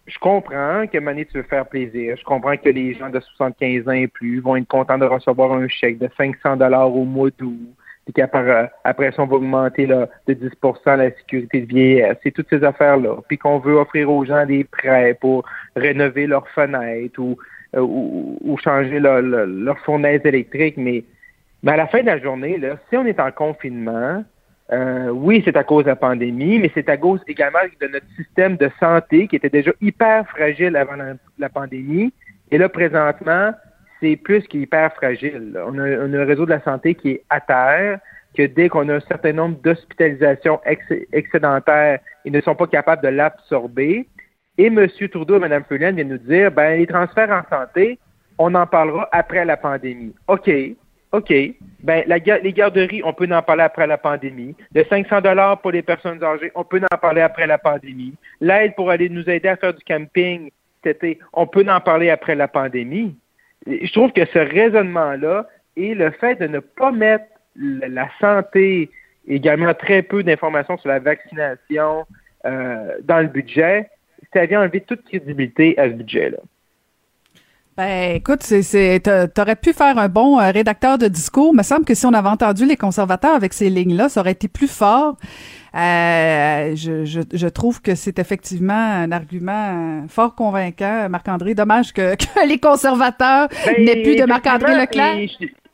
je comprends que Mané, tu veux faire plaisir. Je comprends que les gens de soixante-quinze ans et plus vont être contents de recevoir un chèque de cinq cents dollars au mois d'août. Puis qu'après après ça, on va augmenter là, de dix pour cent la sécurité de vieillesse. C'est toutes ces affaires-là. Puis qu'on veut offrir aux gens des prêts pour rénover leurs fenêtres ou, euh, ou, ou changer leur, leur, leur fournaise électrique. Mais, mais à la fin de la journée, là, si on est en confinement, Euh, oui, c'est à cause de la pandémie, mais c'est à cause également de notre système de santé qui était déjà hyper fragile avant la, la pandémie. Et là, présentement, c'est plus qu'hyper fragile. On a, on a un réseau de la santé qui est à terre, que dès qu'on a un certain nombre d'hospitalisations ex- excédentaires, ils ne sont pas capables de l'absorber. Et M. Trudeau et Mme Freeland viennent nous dire, ben les transferts en santé, on en parlera après la pandémie. OK. OK, ben la, les garderies, on peut en parler après la pandémie. Le cinq cents dollars pour les personnes âgées, on peut en parler après la pandémie. L'aide pour aller nous aider à faire du camping cet été, on peut en parler après la pandémie. Je trouve que ce raisonnement-là et le fait de ne pas mettre la santé, également très peu d'informations sur la vaccination euh, dans le budget, ça vient enlever toute crédibilité à ce budget-là. Ben, écoute, c'est, c'est, t'aurais pu faire un bon euh, rédacteur de discours. Il me semble que si on avait entendu les conservateurs avec ces lignes-là, ça aurait été plus fort. Euh, je, je, je trouve que c'est effectivement un argument fort convaincant, Marc-André. Dommage que, que les conservateurs ben, n'aient plus de Marc-André Leclerc.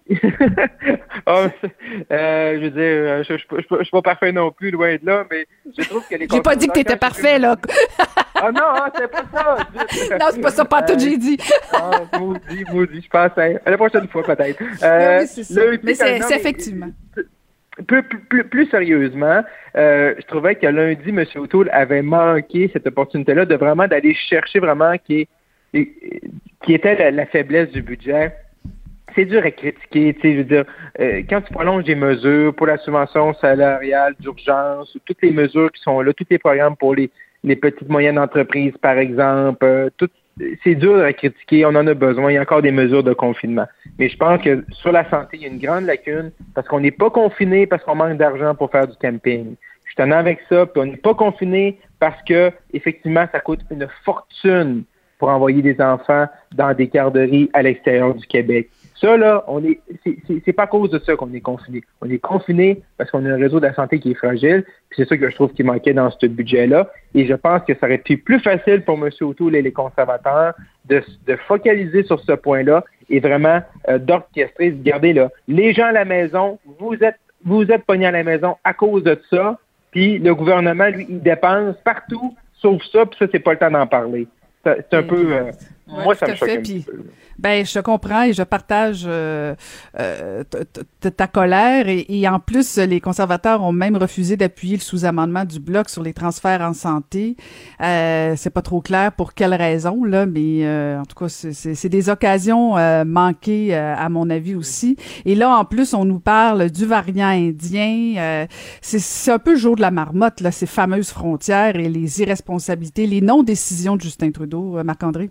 oh, euh, je veux dire, je, je, je, je suis pas parfait non plus, loin de là, mais je trouve que les J'ai pas dit que t'étais parfait, là. Ah non, hein, c'est pas ça. Non, c'est pas ça, pas tout, euh, j'ai dit. Ah, maudit, maudit, je pense à la prochaine fois, peut-être. Euh, oui, c'est ça. Là, mais c'est, non, c'est effectivement. Plus, plus, plus sérieusement, euh, je trouvais que lundi, M. O'Toole avait manqué cette opportunité-là de vraiment d'aller chercher vraiment qui, est, qui était la, la faiblesse du budget. C'est dur à critiquer, tu sais, je veux dire, euh, quand tu prolonges des mesures pour la subvention salariale d'urgence, ou toutes les mesures qui sont là, tous les programmes pour les, les petites moyennes entreprises, par exemple, euh, tout, c'est dur à critiquer, on en a besoin, il y a encore des mesures de confinement. Mais je pense que sur la santé, il y a une grande lacune, parce qu'on n'est pas confiné parce qu'on manque d'argent pour faire du camping. Je suis tannant avec ça, puis on n'est pas confiné parce que, effectivement, ça coûte une fortune pour envoyer des enfants dans des garderies à l'extérieur du Québec. Ça, là, on est, c'est, c'est, c'est pas à cause de ça qu'on est confiné. On est confiné parce qu'on a un réseau de la santé qui est fragile, puis c'est ça que je trouve qui manquait dans ce budget-là. Et je pense que ça aurait été plus facile pour M. O'Toole et les conservateurs de, de focaliser sur ce point-là et vraiment euh, d'orchestrer, de garder là. Les gens à la maison, vous êtes, vous êtes pognés à la maison à cause de ça, puis le gouvernement, lui, il dépense partout, sauf ça, puis ça, c'est pas le temps d'en parler. C'est, c'est un et peu... Euh, ouais, moi, ça me choque fait, un puis... petit peu. Ben, je te comprends et je partage euh, euh, t- t- ta colère et, et en plus, les conservateurs ont même refusé d'appuyer le sous-amendement du Bloc sur les transferts en santé. Euh, c'est pas trop clair pour quelles raisons, là, mais euh, en tout cas, c'est, c'est, c'est des occasions euh, manquées, euh, à mon avis aussi. Et là, en plus, on nous parle du variant indien. Euh, c'est, c'est un peu le jour de la marmotte, là, ces fameuses frontières et les irresponsabilités, les non-décisions de Justin Trudeau, euh, Marc-André.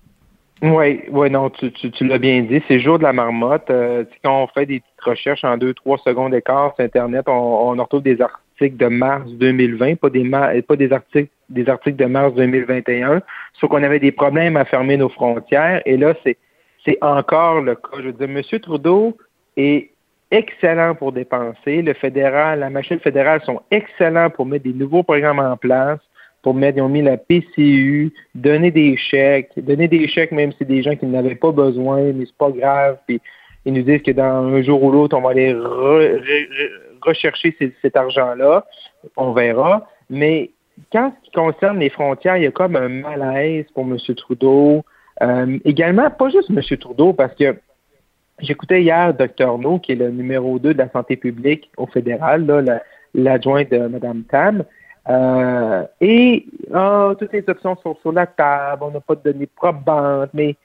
Oui, ouais, non, tu, tu, tu l'as bien dit, c'est le jour de la marmotte. Euh, quand on fait des petites recherches en deux, trois secondes d'écart sur Internet, on, on retrouve des articles de mars deux mille vingt, pas des mar- pas des articles des articles de mars deux mille vingt et un, sauf qu'on avait des problèmes à fermer nos frontières. Et là, c'est c'est encore le cas. Je veux dire, M. Trudeau est excellent pour dépenser. Le fédéral, la machine fédérale sont excellents pour mettre des nouveaux programmes en place. Pour mettre, ils ont mis la P C U, donner des chèques, donner des chèques même si c'est des gens qui n'avaient pas besoin, mais c'est pas grave. Puis ils nous disent que dans un jour ou l'autre, on va aller re, re, rechercher ces, cet argent-là. On verra. Mais quand ce qui concerne les frontières, il y a comme un malaise pour M. Trudeau. Euh, également, pas juste M. Trudeau, parce que j'écoutais hier Dr No, qui est le numéro deux de la santé publique au fédéral, là, la, l'adjoint de Mme Tam. Euh, et oh, toutes les options sont sur la table, on n'a pas de données probantes, mais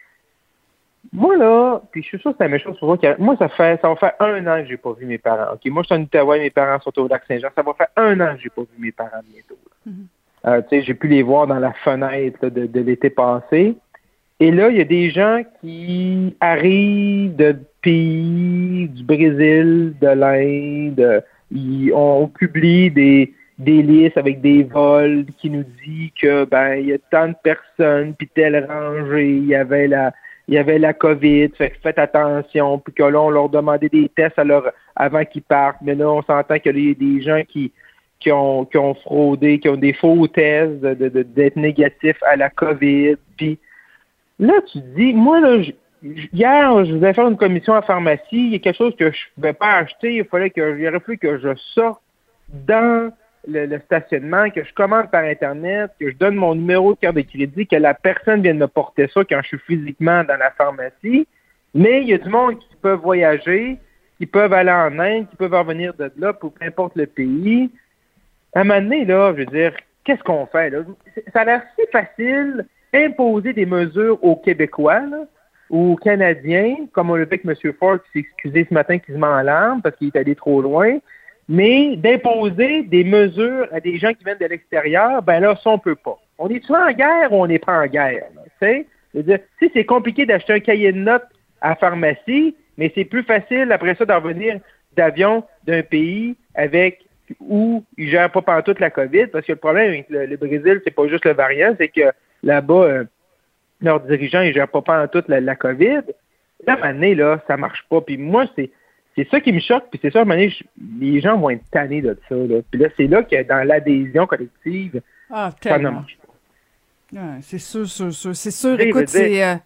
moi là, puis je suis sûr que c'est la même chose pour moi. Moi, ça fait ça va faire un an que j'ai pas vu mes parents. Ok, moi je suis en Outaouais, mes parents sont au Lac-Saint-Jean, ça va faire un an que j'ai pas vu mes parents bientôt. Mm-hmm. Euh, tu sais, j'ai pu les voir dans la fenêtre là, de, de l'été passé. Et là, il y a des gens qui arrivent de pays, du Brésil, de l'Inde, ils, on, on publie des des listes avec des vols, qui nous dit que ben il y a tant de personnes, puis telle rangée, il y avait la il y avait la COVID, fait que faites attention, puis que là, on leur demandait des tests à leur, avant qu'ils partent, mais là, on s'entend qu'il y a des gens qui qui ont qui ont fraudé, qui ont des faux tests de, de, de, d'être négatifs à la COVID, puis là, tu te dis, moi, là, je, hier, je devais faire une commission à pharmacie, il y a quelque chose que je ne pouvais pas acheter, il fallait que, il aurait fallu que je sorte dans le, le stationnement, que je commande par Internet, que je donne mon numéro de carte de crédit, que la personne vienne me porter ça quand je suis physiquement dans la pharmacie. Mais il y a du monde qui peuvent voyager, qui peuvent aller en Inde, qui peuvent revenir de là, pour peu importe le pays. À un moment donné, là, je veux dire, qu'est-ce qu'on fait, là? Ça a l'air si facile, imposer des mesures aux Québécois, là, aux Canadiens, comme on l'a fait avec M. Ford qui s'est excusé ce matin qu'il se met en larmes parce qu'il est allé trop loin. Mais d'imposer des mesures à des gens qui viennent de l'extérieur, ben là, ça, on peut pas. On est-tu en guerre ou on n'est pas en guerre? Tu sais? C'est-à-dire, si c'est compliqué d'acheter un cahier de notes à la pharmacie, mais c'est plus facile après ça d'en venir d'avion d'un pays avec où ils gèrent pas pantoute la COVID, parce que le problème avec le, le Brésil, c'est pas juste le variant, c'est que là-bas, euh, leurs dirigeants, ils gèrent pas pantoute la, la COVID. Là, à un moment donné, là, ça marche pas. Puis moi, c'est C'est ça qui me choque, puis c'est ça, à un moment donné, je, les gens vont être tannés de ça. Là. Puis là, c'est là que dans l'adhésion collective, ah, ça ne marche pas. Ouais, c'est sûr, sûr, sûr. C'est sûr, écoute, c'est... Euh...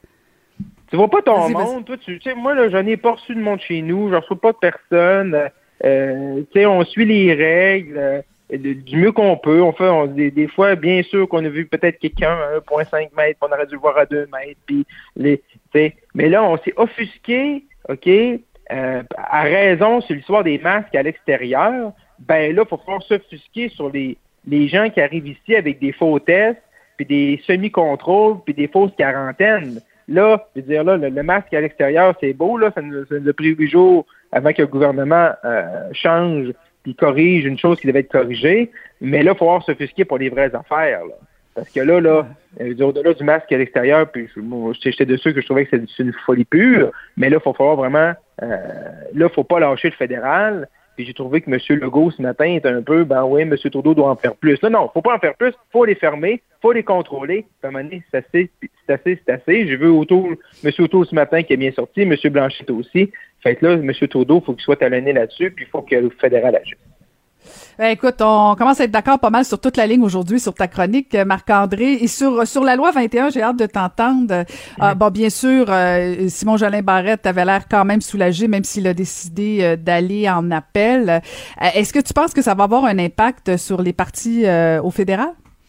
Tu vois pas ton vas-y, monde, vas-y. toi, tu sais, moi, là, j'en ai pas reçu de monde chez nous, je reçois pas de personne. Euh, tu sais, on suit les règles euh, du mieux qu'on peut. On fait, on, des, des fois, bien sûr qu'on a vu peut-être quelqu'un à un virgule cinq mètres, puis on aurait dû le voir à deux mètres, puis les... Tu sais, mais là, on s'est offusqué, OK? Euh, à raison sur l'histoire des masques à l'extérieur, ben là, il faut falloir s'offusquer sur les, les gens qui arrivent ici avec des faux tests, puis des semi-contrôles, puis des fausses quarantaines. Là, je veux dire, là, le, le masque à l'extérieur, c'est beau, là, ça nous, ça nous a pris huit jours avant que le gouvernement euh, change puis corrige une chose qui devait être corrigée, mais là, il faut falloir s'offusquer pour les vraies affaires, là. Parce que là, là, euh, au-delà du masque à l'extérieur, puis moi, j'étais de ceux que je trouvais que c'est, c'est une folie pure, mais là, il faut falloir vraiment, euh, là, il faut pas lâcher le fédéral. Puis j'ai trouvé que M. Legault, ce matin, est un peu, ben oui, M. Trudeau doit en faire plus. Là, non, faut pas en faire plus, faut les fermer, faut les contrôler. Puis à un moment donné, c'est assez, c'est assez, c'est assez. J'ai vu O'Toole, M. O'Toole ce matin qui est bien sorti, M. Blanchet aussi. Fait que là, M. Trudeau, il faut qu'il soit talonné là-dessus, puis il faut que le fédéral agisse. Ben, écoute, on commence à être d'accord pas mal sur toute la ligne aujourd'hui, sur ta chronique, Marc-André. Et sur sur la loi vingt et un, j'ai hâte de t'entendre. Mm-hmm. Euh, bon, bien sûr, euh, Simon Jolin Barrette avait l'air quand même soulagé, même s'il a décidé euh, d'aller en appel. Euh, est-ce que tu penses que ça va avoir un impact sur les partis euh, au fédéral?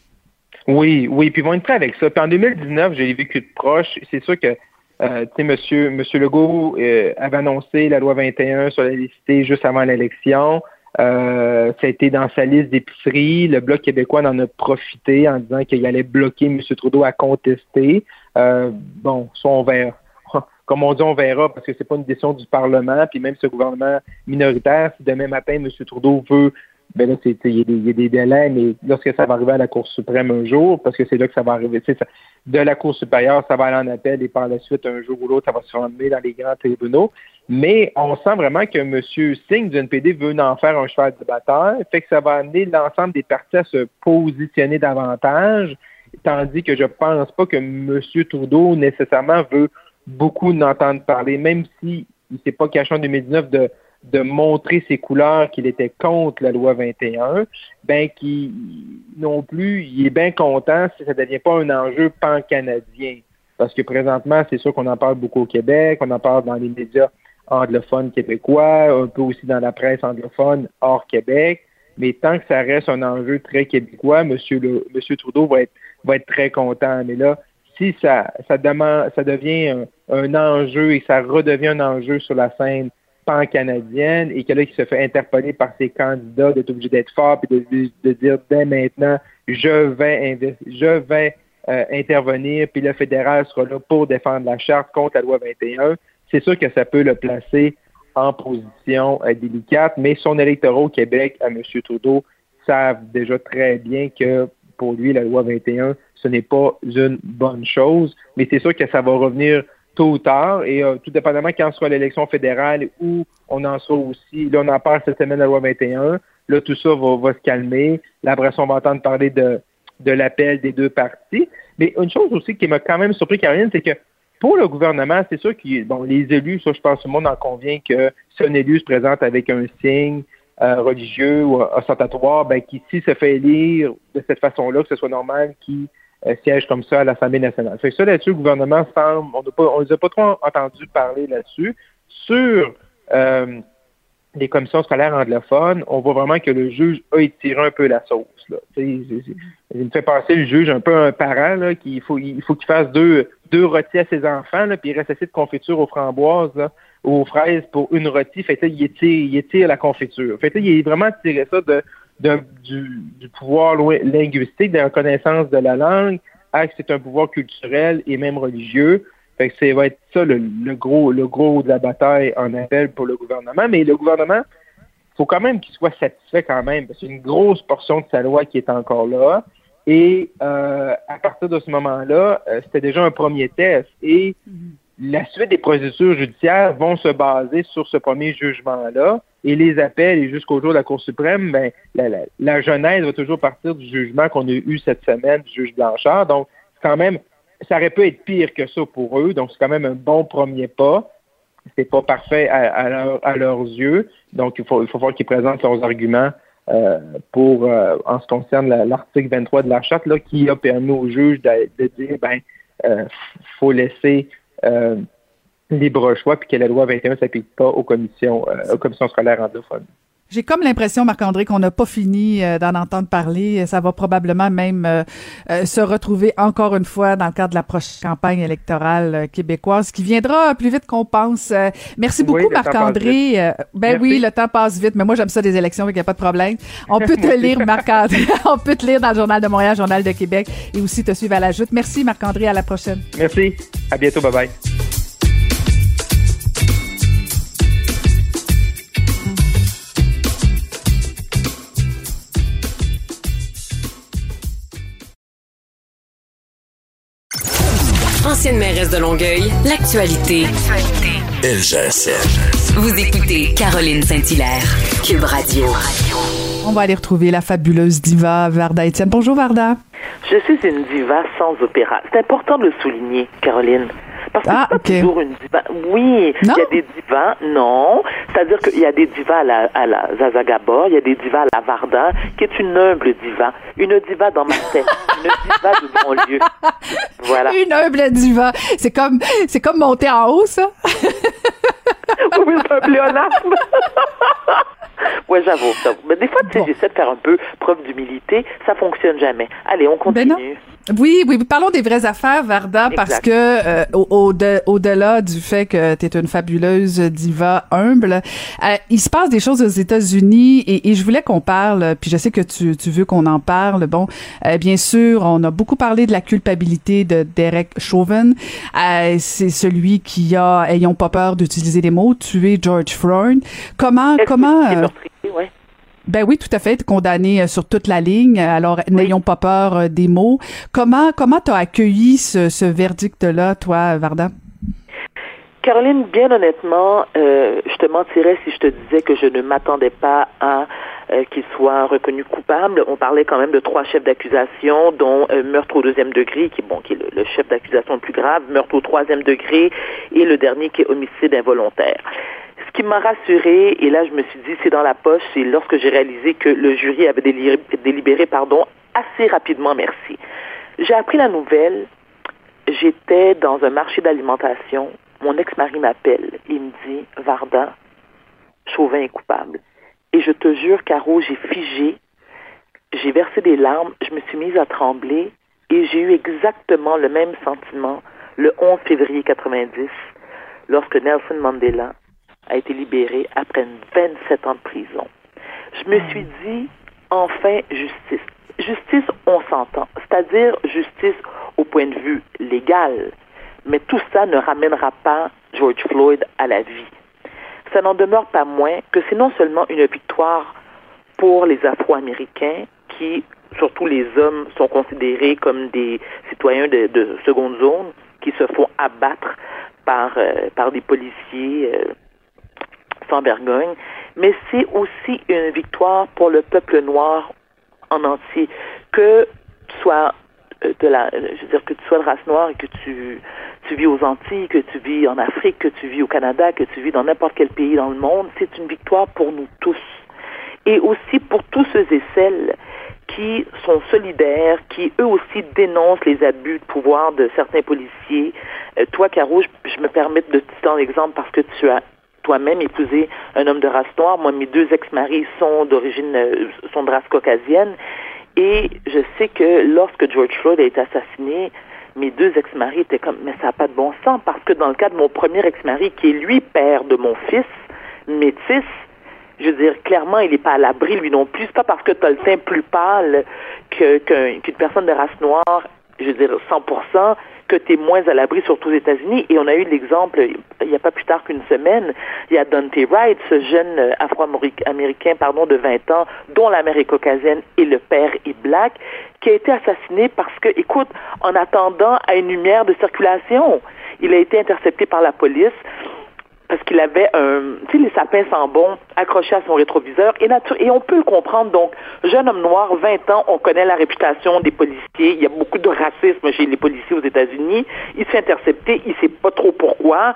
Oui, oui, puis ils vont être prêts avec ça. Puis en deux mille dix-neuf, j'ai vécu de proche. C'est sûr que Euh, tu sais, monsieur, monsieur Legault euh, avait annoncé la loi vingt et un sur la laïcité juste avant l'élection. Euh, ça a été dans sa liste d'épicerie. Le Bloc québécois en a profité en disant qu'il allait bloquer M. Trudeau à contester. Euh, bon, ça, on verra. Comme on dit, on verra, parce que c'est pas une décision du Parlement, puis même ce gouvernement minoritaire, si demain matin, M. Trudeau veut, ben là, c'est, il y a des, il y a des délais, mais lorsque ça va arriver à la Cour suprême un jour, parce que c'est là que ça va arriver, tu sais, ça, de la Cour supérieure, ça va aller en appel, et par la suite, un jour ou l'autre, ça va se ramener dans les grands tribunaux. Mais on sent vraiment que M. Singh du N P D veut en faire un cheval de bataille, fait que ça va amener l'ensemble des partis à se positionner davantage, tandis que je pense pas que M. Trudeau nécessairement veut beaucoup n'entendre parler, même s'il ne s'est pas caché en deux mille dix-neuf de, de montrer ses couleurs qu'il était contre la loi vingt et un, ben qui non plus, il est bien content si ça ne devient pas un enjeu pan-canadien. Parce que présentement, c'est sûr qu'on en parle beaucoup au Québec, on en parle dans les médias anglophones québécois, un peu aussi dans la presse anglophone hors Québec, mais tant que ça reste un enjeu très québécois, Monsieur le, Monsieur Trudeau va être, va être très content. Mais là, si ça, ça, demande, ça devient un, un enjeu et ça redevient un enjeu sur la scène pan-canadienne et que là, qui se fait interpeller par ses candidats d'être obligé d'être fort et de, de, de dire dès maintenant, je vais, investi- je vais euh, intervenir, puis le fédéral sera là pour défendre la charte contre la loi vingt et un, c'est sûr que ça peut le placer en position euh, délicate, mais son électorat au Québec, à M. Trudeau, savent déjà très bien que pour lui, la loi vingt et un, ce n'est pas une bonne chose, mais c'est sûr que ça va revenir tôt ou tard, et euh, tout dépendamment quand sera l'élection fédérale où on en sera aussi, là on en parle cette semaine de la loi vingt et un, là, tout ça va, va se calmer. Là, après ça, on va entendre parler de, de l'appel des deux partis. Mais une chose aussi qui m'a quand même surpris, Caroline, c'est que pour le gouvernement, c'est sûr que bon, les élus, ça, je pense que tout le monde en convient que si un élu se présente avec un signe euh, religieux ou ostentatoire, ben, qui, s'il se fait élire de cette façon-là, que ce soit normal qu'il euh, siège comme ça à l'Assemblée nationale. Fait que ça, là-dessus, le gouvernement semble, on ne les a pas trop entendu parler là-dessus. Sur euh, les commissions scolaires anglophones, on voit vraiment que le juge a étiré un peu la sauce. Là. Il me fait penser le juge un peu un parent là, qu'il faut, il faut qu'il fasse deux, deux rôtis à ses enfants, là, puis il reste assez de confiture aux framboises là, ou aux fraises pour une rôtie. Fait que là, il étire, il étire la confiture. Fait que là, il a vraiment tiré ça de, de, du, du pouvoir linguistique, de la reconnaissance de la langue, à que c'est un pouvoir culturel et même religieux. Fait que ça va être ça le, le gros le gros de la bataille en appel pour le gouvernement. Mais le gouvernement, il faut quand même qu'il soit satisfait quand même, parce que c'est une grosse portion de sa loi qui est encore là. Et euh, à partir de ce moment-là, euh, c'était déjà un premier test. Et mm-hmm. la suite des procédures judiciaires vont se baser sur ce premier jugement-là. Et les appels, et jusqu'au jour de la Cour suprême, ben, la, la, la genèse va toujours partir du jugement qu'on a eu cette semaine du juge Blanchard. Donc, quand même, ça aurait pu être pire que ça pour eux, donc c'est quand même un bon premier pas. C'est pas parfait à, à, leur, à leurs yeux, donc il faut, il faut voir qu'ils présentent leurs arguments euh, pour, euh, en ce qui concerne la, l'article vingt-trois de la Charte, là, qui a permis aux juges de, de dire, ben, euh, faut laisser euh, libre choix, puis que la loi vingt et un ne s'applique pas aux commissions, euh, aux commissions scolaires anglophones. J'ai comme l'impression, Marc-André, qu'on n'a pas fini euh, d'en entendre parler. Ça va probablement même euh, euh, se retrouver encore une fois dans le cadre de la prochaine campagne électorale euh, québécoise qui viendra plus vite qu'on pense. Euh, merci beaucoup, oui, Marc-André. Euh, ben merci. Oui, le temps passe vite, mais moi, j'aime ça des élections, donc il n'y a pas de problème. On peut te lire, Marc-André. On peut te lire dans le Journal de Montréal, Journal de Québec et aussi te suivre à la Joute. Merci, Marc-André. À la prochaine. Merci. À bientôt. Bye-bye. Ancienne mairesse de Longueuil, l'actualité. Elle gère ça. Vous écoutez Caroline Saint-Hilaire, Cube Radio. On va aller retrouver la fabuleuse diva Varda Étienne. Bonjour Varda. Je suis une diva sans opéra. C'est important de le souligner, Caroline. Parce que ah, c'est pas okay. toujours une diva. Oui, il y a des divas, non. C'est-à-dire qu'il y a des divas à la, à la Zaza Gabor, il y a des divas à la Varda, qui est une humble diva. Une diva dans ma tête. Une diva de banlieue. Voilà. Une humble diva. C'est comme, c'est comme monter en haut, ça? Oui, c'est un pléonasme. Oui, j'avoue, j'avoue. Mais des fois, tu sais, bon. j'essaie de faire un peu preuve d'humilité. Ça fonctionne jamais. Allez, on continue. Ben oui, oui, parlons des vraies affaires, Varda, exact. Parce que euh, au, au de, au-delà du fait que tu es une fabuleuse diva humble, euh, il se passe des choses aux États-Unis et, et je voulais qu'on parle, puis je sais que tu, tu veux qu'on en parle. Bon, euh, bien sûr, on a beaucoup parlé de la culpabilité de Derek Chauvin. Euh, c'est celui qui a, ayons pas peur d'utiliser les mots, tué George Floyd. Comment, Est-ce comment... Euh, meurtrier, ouais. Ben oui, tout à fait, condamné sur toute la ligne. Alors, oui. N'ayons pas peur euh, des mots. Comment comment t'as accueilli ce, ce verdict-là, toi, Varda? Caroline, bien honnêtement, euh, je te mentirais si je te disais que je ne m'attendais pas à euh, qu'il soit reconnu coupable. On parlait quand même de trois chefs d'accusation, dont euh, meurtre au deuxième degré, qui, bon, qui est le, le chef d'accusation le plus grave, meurtre au troisième degré, et le dernier qui est homicide involontaire. Ce qui m'a rassurée, et là je me suis dit c'est dans la poche, c'est lorsque j'ai réalisé que le jury avait délibéré, délibéré pardon, assez rapidement, merci. J'ai appris la nouvelle, j'étais dans un marché d'alimentation, mon ex-mari m'appelle, il me dit « Varda, Chauvin est coupable ». Et je te jure, Caro, j'ai figé, j'ai versé des larmes, je me suis mise à trembler et j'ai eu exactement le même sentiment le onze février quatre-vingt-dix, lorsque Nelson Mandela a été libéré après vingt-sept ans de prison. Je me suis dit, enfin, justice. Justice, on s'entend. C'est-à-dire justice au point de vue légal. Mais tout ça ne ramènera pas George Floyd à la vie. Ça n'en demeure pas moins que c'est non seulement une victoire pour les Afro-Américains qui, surtout les hommes, sont considérés comme des citoyens de, de seconde zone qui se font abattre par, euh, par des policiers euh, sans vergogne, mais c'est aussi une victoire pour le peuple noir en entier. Que tu sois de la, je veux dire, que tu sois de race noire et que tu, tu vis aux Antilles, que tu vis en Afrique, que tu vis au Canada, que tu vis dans n'importe quel pays dans le monde, c'est une victoire pour nous tous. Et aussi pour tous ceux et celles qui sont solidaires, qui eux aussi dénoncent les abus de pouvoir de certains policiers. Euh, toi, Caro, je, je me permets de te citer un exemple parce que tu as toi-même épousé un homme de race noire. Moi, mes deux ex-maris sont d'origine, euh, sont de race caucasienne. Et je sais que lorsque George Floyd a été assassiné, mes deux ex-maris étaient comme, mais ça n'a pas de bon sens, parce que dans le cas de mon premier ex-mari, qui est lui père de mon fils, métis, je veux dire, clairement, il n'est pas à l'abri, lui non plus. C'est pas parce que tu as le teint plus pâle que, qu'un, qu'une personne de race noire, je veux dire, cent pour cent, que tu es moins à l'abri, surtout aux États-Unis. Et on a eu l'exemple, il n'y a pas plus tard qu'une semaine, il y a Dante Wright, ce jeune afro-américain, pardon, de vingt ans, dont la mère est caucasienne et le père est black, qui a été assassiné parce que, écoute, en attendant à une lumière de circulation, il a été intercepté par la police parce qu'il avait un, tu sais, les sapins sans bon accrochés à son rétroviseur. Et, natu- et on peut le comprendre. Donc, jeune homme noir, vingt ans, on connaît la réputation des policiers. Il y a beaucoup de racisme chez les policiers aux États-Unis. Il se fait intercepter, il sait pas trop pourquoi.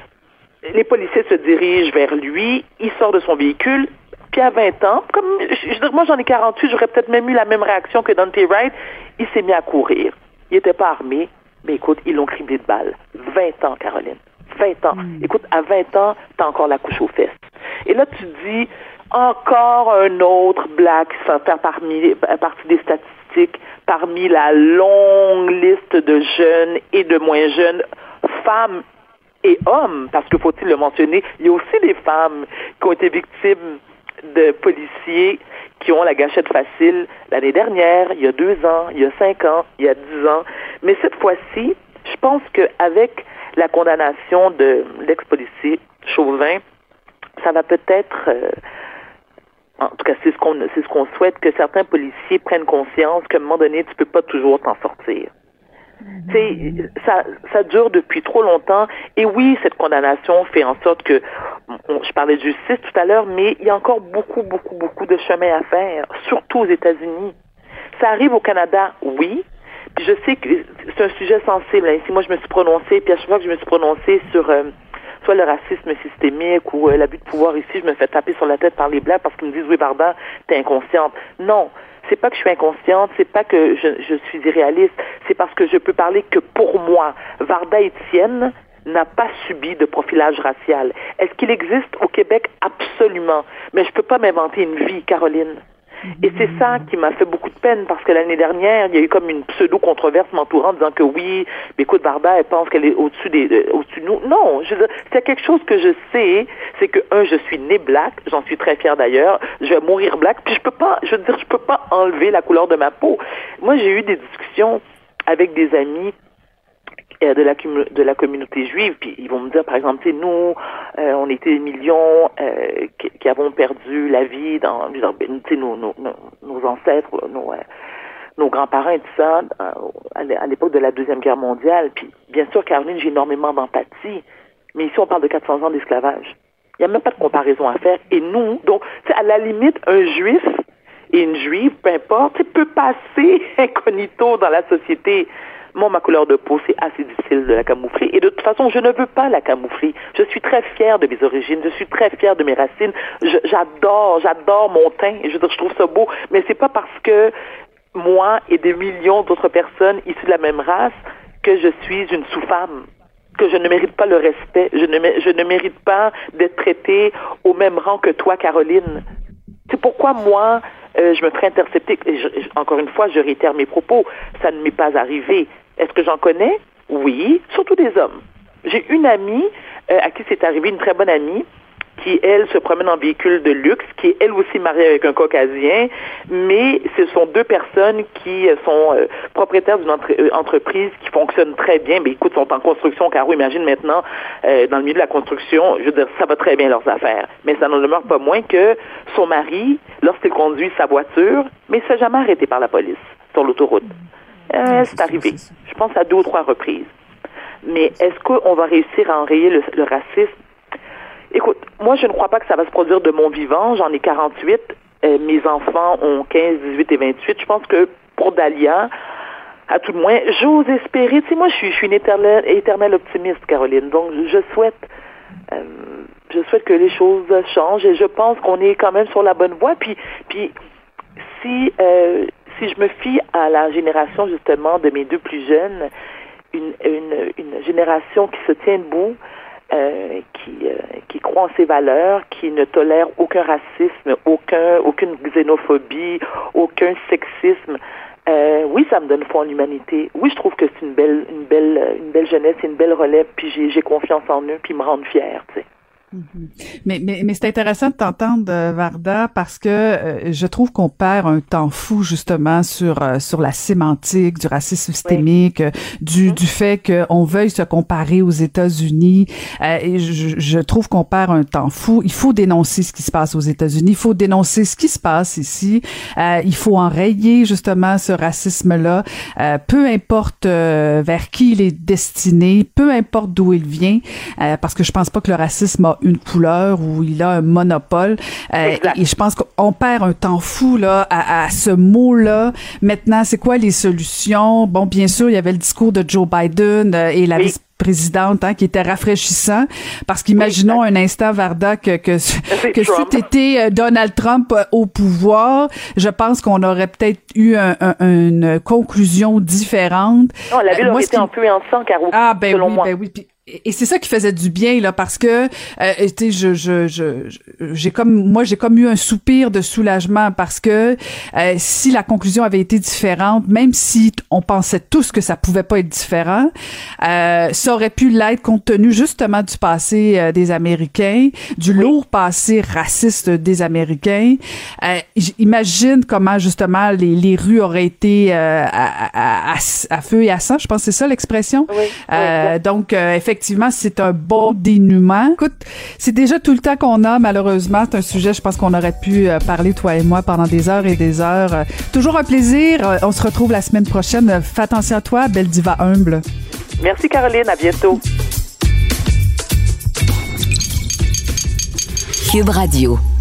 Les policiers se dirigent vers lui. Il sort de son véhicule. Puis à vingt ans, comme je, je, moi j'en ai quarante-huit, j'aurais peut-être même eu la même réaction que Dante Wright. Il s'est mis à courir. Il n'était pas armé. Mais écoute, ils l'ont criblé de balles. vingt ans, Caroline. vingt ans. Mm. Écoute, à vingt ans, t'as encore la couche aux fesses. Et là, tu dis, encore un autre black qui va faire parmi, partie des statistiques, parmi la longue liste de jeunes et de moins jeunes, femmes et hommes, parce que faut-il le mentionner, il y a aussi des femmes qui ont été victimes de policiers qui ont la gâchette facile l'année dernière, il y a deux ans, il y a cinq ans, il y a dix ans. Mais cette fois-ci, je pense qu'avec la condamnation de l'ex-policier Chauvin, ça va peut-être, euh, en tout cas c'est ce qu'on c'est ce qu'on souhaite, que certains policiers prennent conscience qu'à un moment donné, tu peux pas toujours t'en sortir. Mm-hmm. Tu sais, ça, ça dure depuis trop longtemps. Et oui, cette condamnation fait en sorte que, on, je parlais de justice tout à l'heure, mais il y a encore beaucoup, beaucoup, beaucoup de chemin à faire, surtout aux États-Unis. Ça arrive au Canada, oui. Puis je sais que c'est un sujet sensible. Hein. Si moi, je me suis prononcée, puis à chaque fois que je me suis prononcée sur euh, soit le racisme systémique ou euh, l'abus de pouvoir ici, je me fais taper sur la tête par les Blancs parce qu'ils me disent « Oui, Varda, t'es inconsciente. » Non, c'est pas que je suis inconsciente, c'est pas que je, je suis irréaliste, c'est parce que je peux parler que pour moi, Varda Étienne n'a pas subi de profilage racial. Est-ce qu'il existe au Québec? Absolument. Mais je peux pas m'inventer une vie, Caroline. Et c'est ça qui m'a fait beaucoup de peine, parce que l'année dernière, il y a eu comme une pseudo-controverse m'entourant, disant que oui, mais écoute, Varda, elle pense qu'elle est au-dessus des, euh, au-dessus de nous. Non, je veux dire, c'est quelque chose que je sais, c'est que, un, je suis née black, j'en suis très fière d'ailleurs, je vais mourir black, puis je peux pas, je veux dire, je peux pas enlever la couleur de ma peau. Moi, j'ai eu des discussions avec des amis de la, de la communauté juive, puis ils vont me dire, par exemple, tu sais, nous, euh, on était des millions euh, qui, qui avons perdu la vie dans, tu sais, nos, nos, nos ancêtres, nos, euh, nos grands-parents et tout ça, euh, à l'époque de la Deuxième Guerre mondiale. Puis, bien sûr, Caroline, j'ai énormément d'empathie, mais ici, on parle de quatre cents ans d'esclavage. Il n'y a même pas de comparaison à faire. Et nous, donc, tu sais, à la limite, un juif et une juive, peu importe, tu sais, peut passer incognito dans la société. Moi, ma couleur de peau, c'est assez difficile de la camoufler. Et de toute façon, je ne veux pas la camoufler. Je suis très fière de mes origines. Je suis très fière de mes racines. Je, j'adore, j'adore mon teint. Je veux dire, je trouve ça beau. Mais c'est pas parce que moi et des millions d'autres personnes issues de la même race que je suis une sous-femme, que je ne mérite pas le respect. Je ne, je ne mérite pas d'être traitée au même rang que toi, Caroline. C'est pourquoi moi, euh, je me ferais intercepter. Et je, encore une fois, je réitère mes propos. Ça ne m'est pas arrivé. Est-ce que j'en connais? Oui, surtout des hommes. J'ai une amie euh, à qui c'est arrivé, une très bonne amie, qui, elle, se promène en véhicule de luxe, qui est, elle aussi, mariée avec un Caucasien, mais ce sont deux personnes qui sont euh, propriétaires d'une entre- euh, entreprise qui fonctionne très bien. Mais écoute, sont en construction, Caro, imagine maintenant, euh, dans le milieu de la construction, je veux dire, ça va très bien leurs affaires. Mais ça n'en demeure pas moins que son mari, lorsqu'il conduit sa voiture, mais il ne s'est jamais arrêté par la police sur l'autoroute. Euh, c'est arrivé. Je pense à deux ou trois reprises. Mais est-ce qu'on va réussir à enrayer le, le racisme? Écoute, moi, je ne crois pas que ça va se produire de mon vivant. J'en ai quarante-huit. Euh, mes enfants ont quinze, dix-huit et vingt-huit. Je pense que pour Dahlia, à tout le moins, j'ose espérer. Tu sais, moi, je suis, je suis une éternelle, éternelle optimiste, Caroline. Donc, je souhaite, euh, je souhaite que les choses changent et je pense qu'on est quand même sur la bonne voie. Puis, puis si, euh, si je me fie à la génération, justement, de mes deux plus jeunes, une, une, une génération qui se tient debout, Euh, qui, euh, qui croit en ses valeurs, qui ne tolère aucun racisme, aucun, aucune xénophobie, aucun sexisme. Euh, oui, ça me donne foi en l'humanité. Oui, je trouve que c'est une belle, une belle, une belle jeunesse, une belle relève, puis j'ai, j'ai confiance en eux, puis ils me rendent fière, tu sais. Mm-hmm. Mais, mais, mais c'est intéressant de t'entendre, Varda, parce que euh, je trouve qu'on perd un temps fou, justement, sur euh, sur la sémantique du racisme systémique, oui. euh, du, mm-hmm. du fait qu'on veuille se comparer aux États-Unis. Euh, et je, je trouve qu'on perd un temps fou. Il faut dénoncer ce qui se passe aux États-Unis. Il faut dénoncer ce qui se passe ici. Euh, il faut enrayer, justement, ce racisme-là. Euh, peu importe euh, vers qui il est destiné, peu importe d'où il vient, euh, parce que je pense pas que le racisme a une couleur ou il a un monopole. Euh, et, et je pense qu'on perd un temps fou là à, à ce mot-là. Maintenant, c'est quoi les solutions? Bon, bien sûr, il y avait le discours de Joe Biden euh, et la oui. vice-présidente hein, qui était rafraîchissant parce qu'imaginons oui, un instant, Varda, que que, que si été Donald Trump au pouvoir, je pense qu'on aurait peut-être eu un, un, une conclusion différente. Non, la ville euh, aurait été en feu et en sang, Caro, ah, ben selon oui, moi. Ben oui, puis et c'est ça qui faisait du bien là parce que euh, tu sais je je je j'ai comme moi j'ai comme eu un soupir de soulagement parce que euh, si la conclusion avait été différente, même si on pensait tous que ça pouvait pas être différent, euh, ça aurait pu l'être compte tenu justement du passé euh, des Américains, du lourd passé raciste des Américains. Euh, imagine comment justement les les rues auraient été euh, à, à, à, à feu et à sang, je pense que c'est ça l'expression. Oui, euh, oui. Donc euh, effectivement, c'est un bon dénouement. Écoute, c'est déjà tout le temps qu'on a, malheureusement. C'est un sujet, je pense qu'on aurait pu euh, parler, toi et moi, pendant des heures et des heures. Euh, toujours un plaisir. Euh, on se retrouve la semaine prochaine. Euh, fais attention à toi, belle diva humble. Merci, Caroline. À bientôt. Cube Radio.